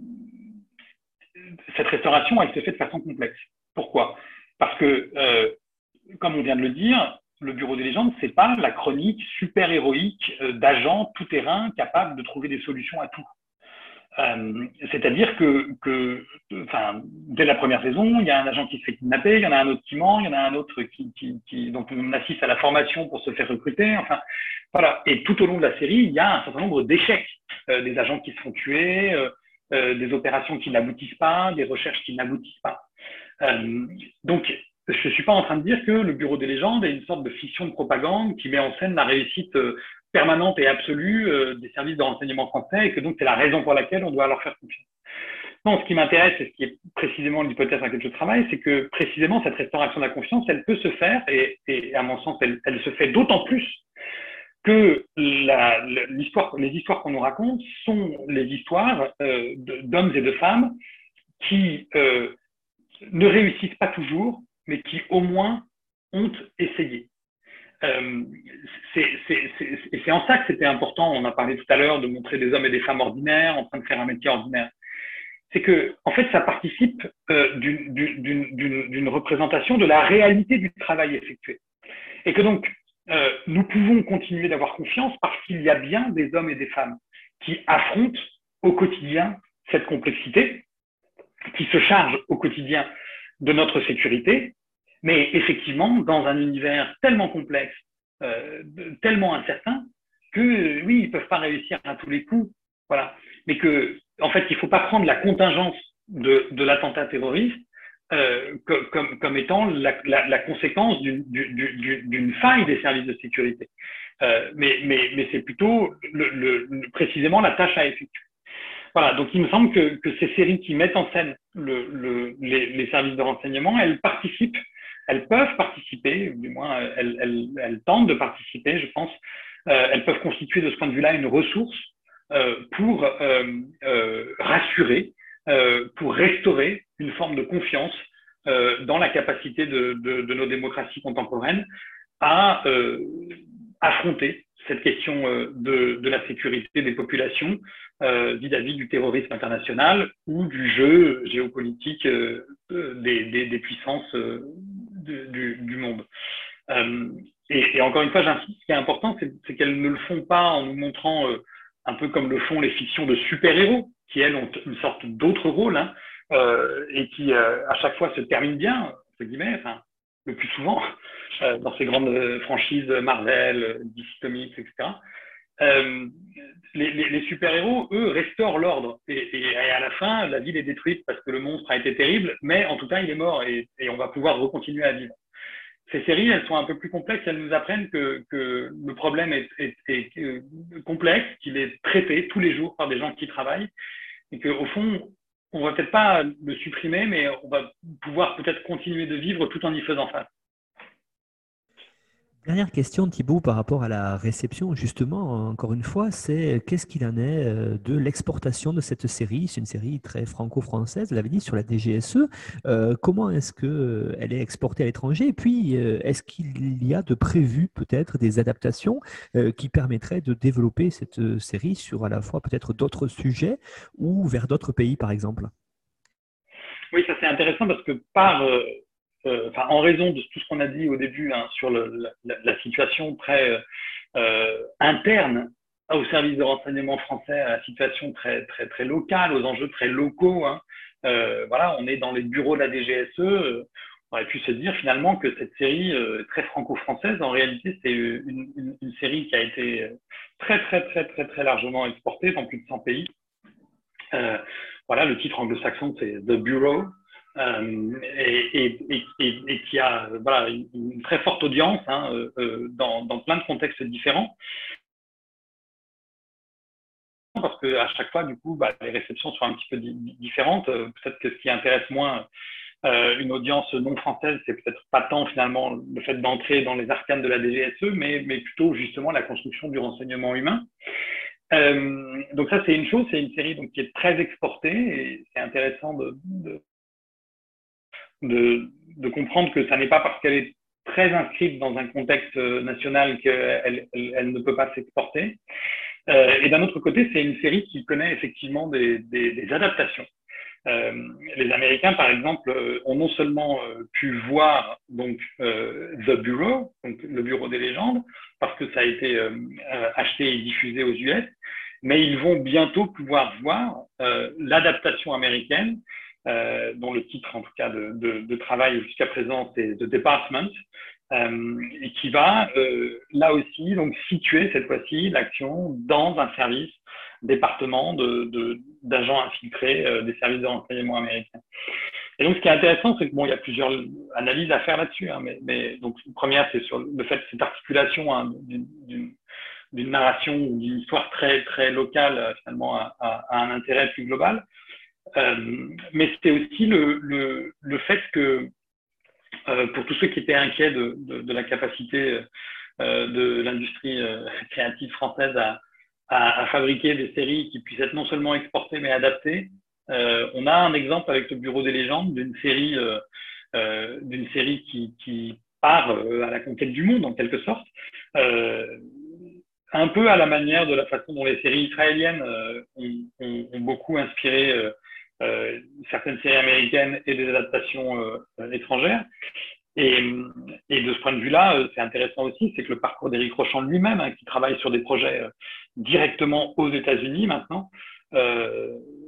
cette restauration, elle se fait de façon complexe. Pourquoi ? Parce que, euh, comme on vient de le dire, le Bureau des légendes, c'est pas la chronique super héroïque euh, d'agents tout-terrain capables de trouver des solutions à tout. Euh, c'est-à-dire que, que enfin, dès la première saison, il y a un agent qui se fait kidnapper, il y en a un autre qui ment, il y en a un autre qui, qui, qui donc on assiste à la formation pour se faire recruter. Enfin, voilà. Et tout au long de la série, il y a un certain nombre d'échecs, euh, des agents qui se font tuer, euh, euh, des opérations qui n'aboutissent pas, des recherches qui n'aboutissent pas. Euh, donc, je ne suis pas en train de dire que le Bureau des légendes est une sorte de fiction de propagande qui met en scène la réussite euh, permanente et absolue euh, des services de renseignement français et que donc c'est la raison pour laquelle on doit leur faire confiance. Non, ce qui m'intéresse et ce qui est précisément l'hypothèse dans laquelle je travaille, c'est que précisément cette restauration de la confiance, elle peut se faire et, et à mon sens, elle, elle se fait d'autant plus que la, l'histoire, les histoires qu'on nous raconte sont les histoires euh, d'hommes et de femmes qui euh, ne réussissent pas toujours, mais qui au moins ont essayé. Euh, c'est, c'est, c'est, et c'est en ça que c'était important, on a parlé tout à l'heure de montrer des hommes et des femmes ordinaires en train de faire un métier ordinaire. C'est que, en fait, ça participe euh, d'une, d'une, d'une, d'une représentation de la réalité du travail effectué. Et que donc, euh, nous pouvons continuer d'avoir confiance parce qu'il y a bien des hommes et des femmes qui affrontent au quotidien cette complexité, qui se chargent au quotidien de notre sécurité, mais effectivement, dans un univers tellement complexe, euh, tellement incertain, que oui, ils ne peuvent pas réussir à tous les coups, voilà. Mais que, en fait, il ne faut pas prendre la contingence de, de l'attentat terroriste euh, comme, comme étant la, la, la conséquence d'une, d'une faille des services de sécurité. Euh, mais mais, mais c'est plutôt le, le, précisément la tâche à effectuer. Voilà, donc il me semble que, que ces séries qui mettent en scène le, le, les, les services de renseignement, elles participent, elles peuvent participer, du moins elles, elles, elles tentent de participer, je pense, euh, elles peuvent constituer de ce point de vue-là une ressource euh, pour euh, euh, rassurer, euh, pour restaurer une forme de confiance euh, dans la capacité de, de, de nos démocraties contemporaines à euh, affronter cette question euh, de, de la sécurité des populations euh, vis-à-vis du terrorisme international ou du jeu géopolitique euh, des, des, des puissances euh, de, du, du monde. Euh, et, et encore une fois, j'insiste, ce qui est important, c'est, c'est qu'elles ne le font pas en nous montrant euh, un peu comme le font les fictions de super-héros, qui elles ont une sorte d'autre rôle, hein, euh, et qui euh, à chaque fois se terminent bien, entre guillemets, enfin, le plus souvent, euh, dans ces grandes franchises Marvel, D C Comics, et cetera. Euh, les, les, les super-héros, eux, restaurent l'ordre. Et, et, et à la fin, la ville est détruite parce que le monstre a été terrible, mais en tout cas, il est mort et, et on va pouvoir recontinuer à vivre. Ces séries, elles sont un peu plus complexes, elles nous apprennent que, que le problème est, est, est, est complexe, qu'il est traité tous les jours par des gens qui travaillent, et qu'au fond, on ne va peut-être pas le supprimer, mais on va pouvoir peut-être continuer de vivre tout en y faisant face. Dernière question, Thibaut, par rapport à la réception, justement, encore une fois, c'est qu'est-ce qu'il en est euh, de l'exportation de cette série? C'est une série très franco-française, vous l'avez dit, sur la D G S E. Euh, comment est-ce qu'elle est exportée à l'étranger? Et puis, euh, est-ce qu'il y a de prévu peut-être des adaptations euh, qui permettraient de développer cette série sur à la fois peut-être d'autres sujets ou vers d'autres pays, par exemple? Oui, ça c'est intéressant parce que par... Euh... Euh, enfin, en raison de tout ce qu'on a dit au début hein, sur le, la, la situation très euh, interne au service de renseignement français, à la situation très très très locale, aux enjeux très locaux. Hein, euh, voilà, on est dans les bureaux de la D G S E. Euh, on aurait pu se dire finalement que cette série euh, très franco-française, en réalité, c'est une, une, une série qui a été très très très très très largement exportée dans plus de cent pays. Euh, voilà, le titre anglo-saxon c'est The Bureau. Euh, et, et, et, et qui a voilà, une, une très forte audience hein, euh, dans, dans plein de contextes différents. Parce qu'à chaque fois, du coup, bah, les réceptions sont un petit peu di différentes. Euh, peut-être que ce qui intéresse moins euh, une audience non française, c'est peut-être pas tant finalement le fait d'entrer dans les arcanes de la D G S E, mais, mais plutôt justement la construction du renseignement humain. Euh, donc ça, c'est une chose, c'est une série donc, qui est très exportée et c'est intéressant de, de De, de comprendre que ça n'est pas parce qu'elle est très inscrite dans un contexte national qu'elle elle, elle ne peut pas s'exporter. Euh, et d'un autre côté, c'est une série qui connaît effectivement des, des, des adaptations. Euh, les Américains, par exemple, ont non seulement euh, pu voir donc euh, The Bureau, donc le Bureau des légendes, parce que ça a été euh, acheté et diffusé aux U S, mais ils vont bientôt pouvoir voir euh, l'adaptation américaine, euh, dont le titre, en tout cas, de, de, de travail jusqu'à présent, c'est The Department, euh, et qui va, euh, là aussi, donc situer cette fois-ci l'action dans un service département de, de, d'agents infiltrés euh, des services de renseignement américains. Et donc, ce qui est intéressant, c'est que bon, il y a plusieurs analyses à faire là-dessus, hein, mais, mais donc une première, c'est sur le fait de cette articulation hein, d'une, d'une, d'une narration ou d'une histoire très très locale finalement à, à, à un intérêt plus global. Euh, mais c'est aussi le, le, le fait que euh, pour tous ceux qui étaient inquiets de, de, de la capacité euh, de l'industrie euh, créative française à À, à fabriquer des séries qui puissent être non seulement exportées mais adaptées. Euh, on a un exemple avec le Bureau des légendes d'une série, euh, euh, d'une série qui, qui part euh, à la conquête du monde en quelque sorte, euh, un peu à la manière de la façon dont les séries israéliennes euh, ont, ont, ont beaucoup inspiré euh, euh, certaines séries américaines et des adaptations euh, étrangères. Et, et de ce point de vue-là, c'est intéressant aussi, c'est que le parcours d'Éric Rochant lui-même, hein, qui travaille sur des projets euh, directement aux États-Unis maintenant, euh,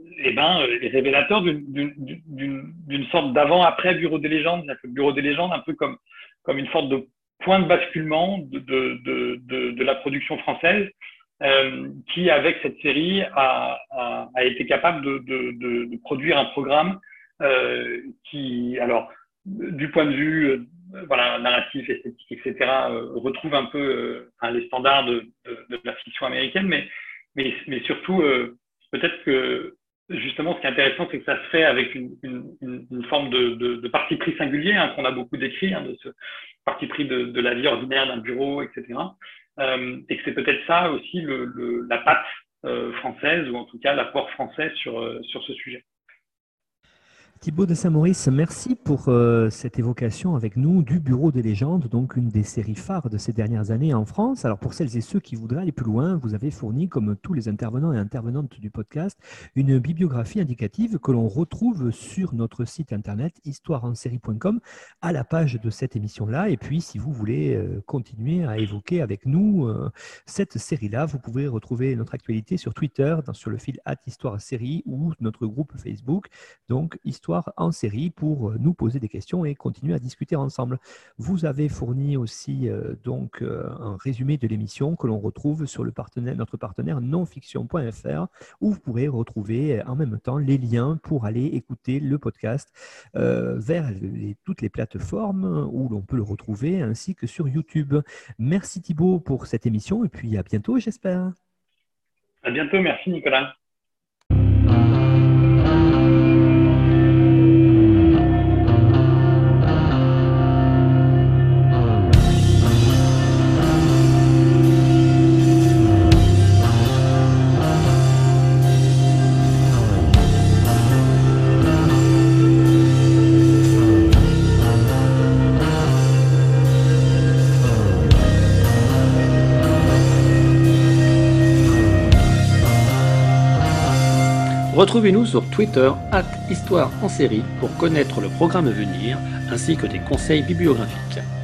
eh ben, est révélateur d'une, d'une, d'une, d'une sorte d'avant-après Bureau des légendes. Le Bureau des légendes, un peu comme, comme une sorte de point de basculement de, de, de, de, de la production française, euh, qui, avec cette série, a, a, a été capable de, de, de, de produire un programme euh, qui, alors, du point de vue euh, voilà, narratif, esthétique, et cetera, euh, retrouve un peu euh, hein, les standards de, de, de la fiction américaine, mais, mais, mais surtout, euh, peut-être que justement, ce qui est intéressant, c'est que ça se fait avec une, une, une forme de, de, de parti pris singulier, hein, qu'on a beaucoup décrit, hein, de ce parti pris de, de la vie ordinaire d'un bureau, et cetera. Euh, et que c'est peut-être ça aussi le, le, la patte euh, française, ou en tout cas l'apport français sur, euh, sur ce sujet. Thibaut de Saint-Maurice, merci pour euh, cette évocation avec nous du Bureau des légendes, donc une des séries phares de ces dernières années en France. Alors pour celles et ceux qui voudraient aller plus loin, vous avez fourni, comme tous les intervenants et intervenantes du podcast, une bibliographie indicative que l'on retrouve sur notre site internet histoire en série point com à la page de cette émission-là. Et puis si vous voulez euh, continuer à évoquer avec nous euh, cette série-là, vous pouvez retrouver notre actualité sur Twitter, dans, sur le fil arobase histoire série ou notre groupe Facebook, donc Histoire en série, pour nous poser des questions et continuer à discuter ensemble. Vous avez fourni aussi euh, donc euh, un résumé de l'émission que l'on retrouve sur le partenaire, notre partenaire nonfiction point f r, où vous pourrez retrouver en même temps les liens pour aller écouter le podcast euh, vers les, toutes les plateformes où l'on peut le retrouver, ainsi que sur YouTube. Merci Thibaut pour cette émission et puis à bientôt, j'espère. À bientôt, merci Nicolas. Retrouvez-nous sur Twitter arobase histoire en série pour connaître le programme à venir ainsi que des conseils bibliographiques.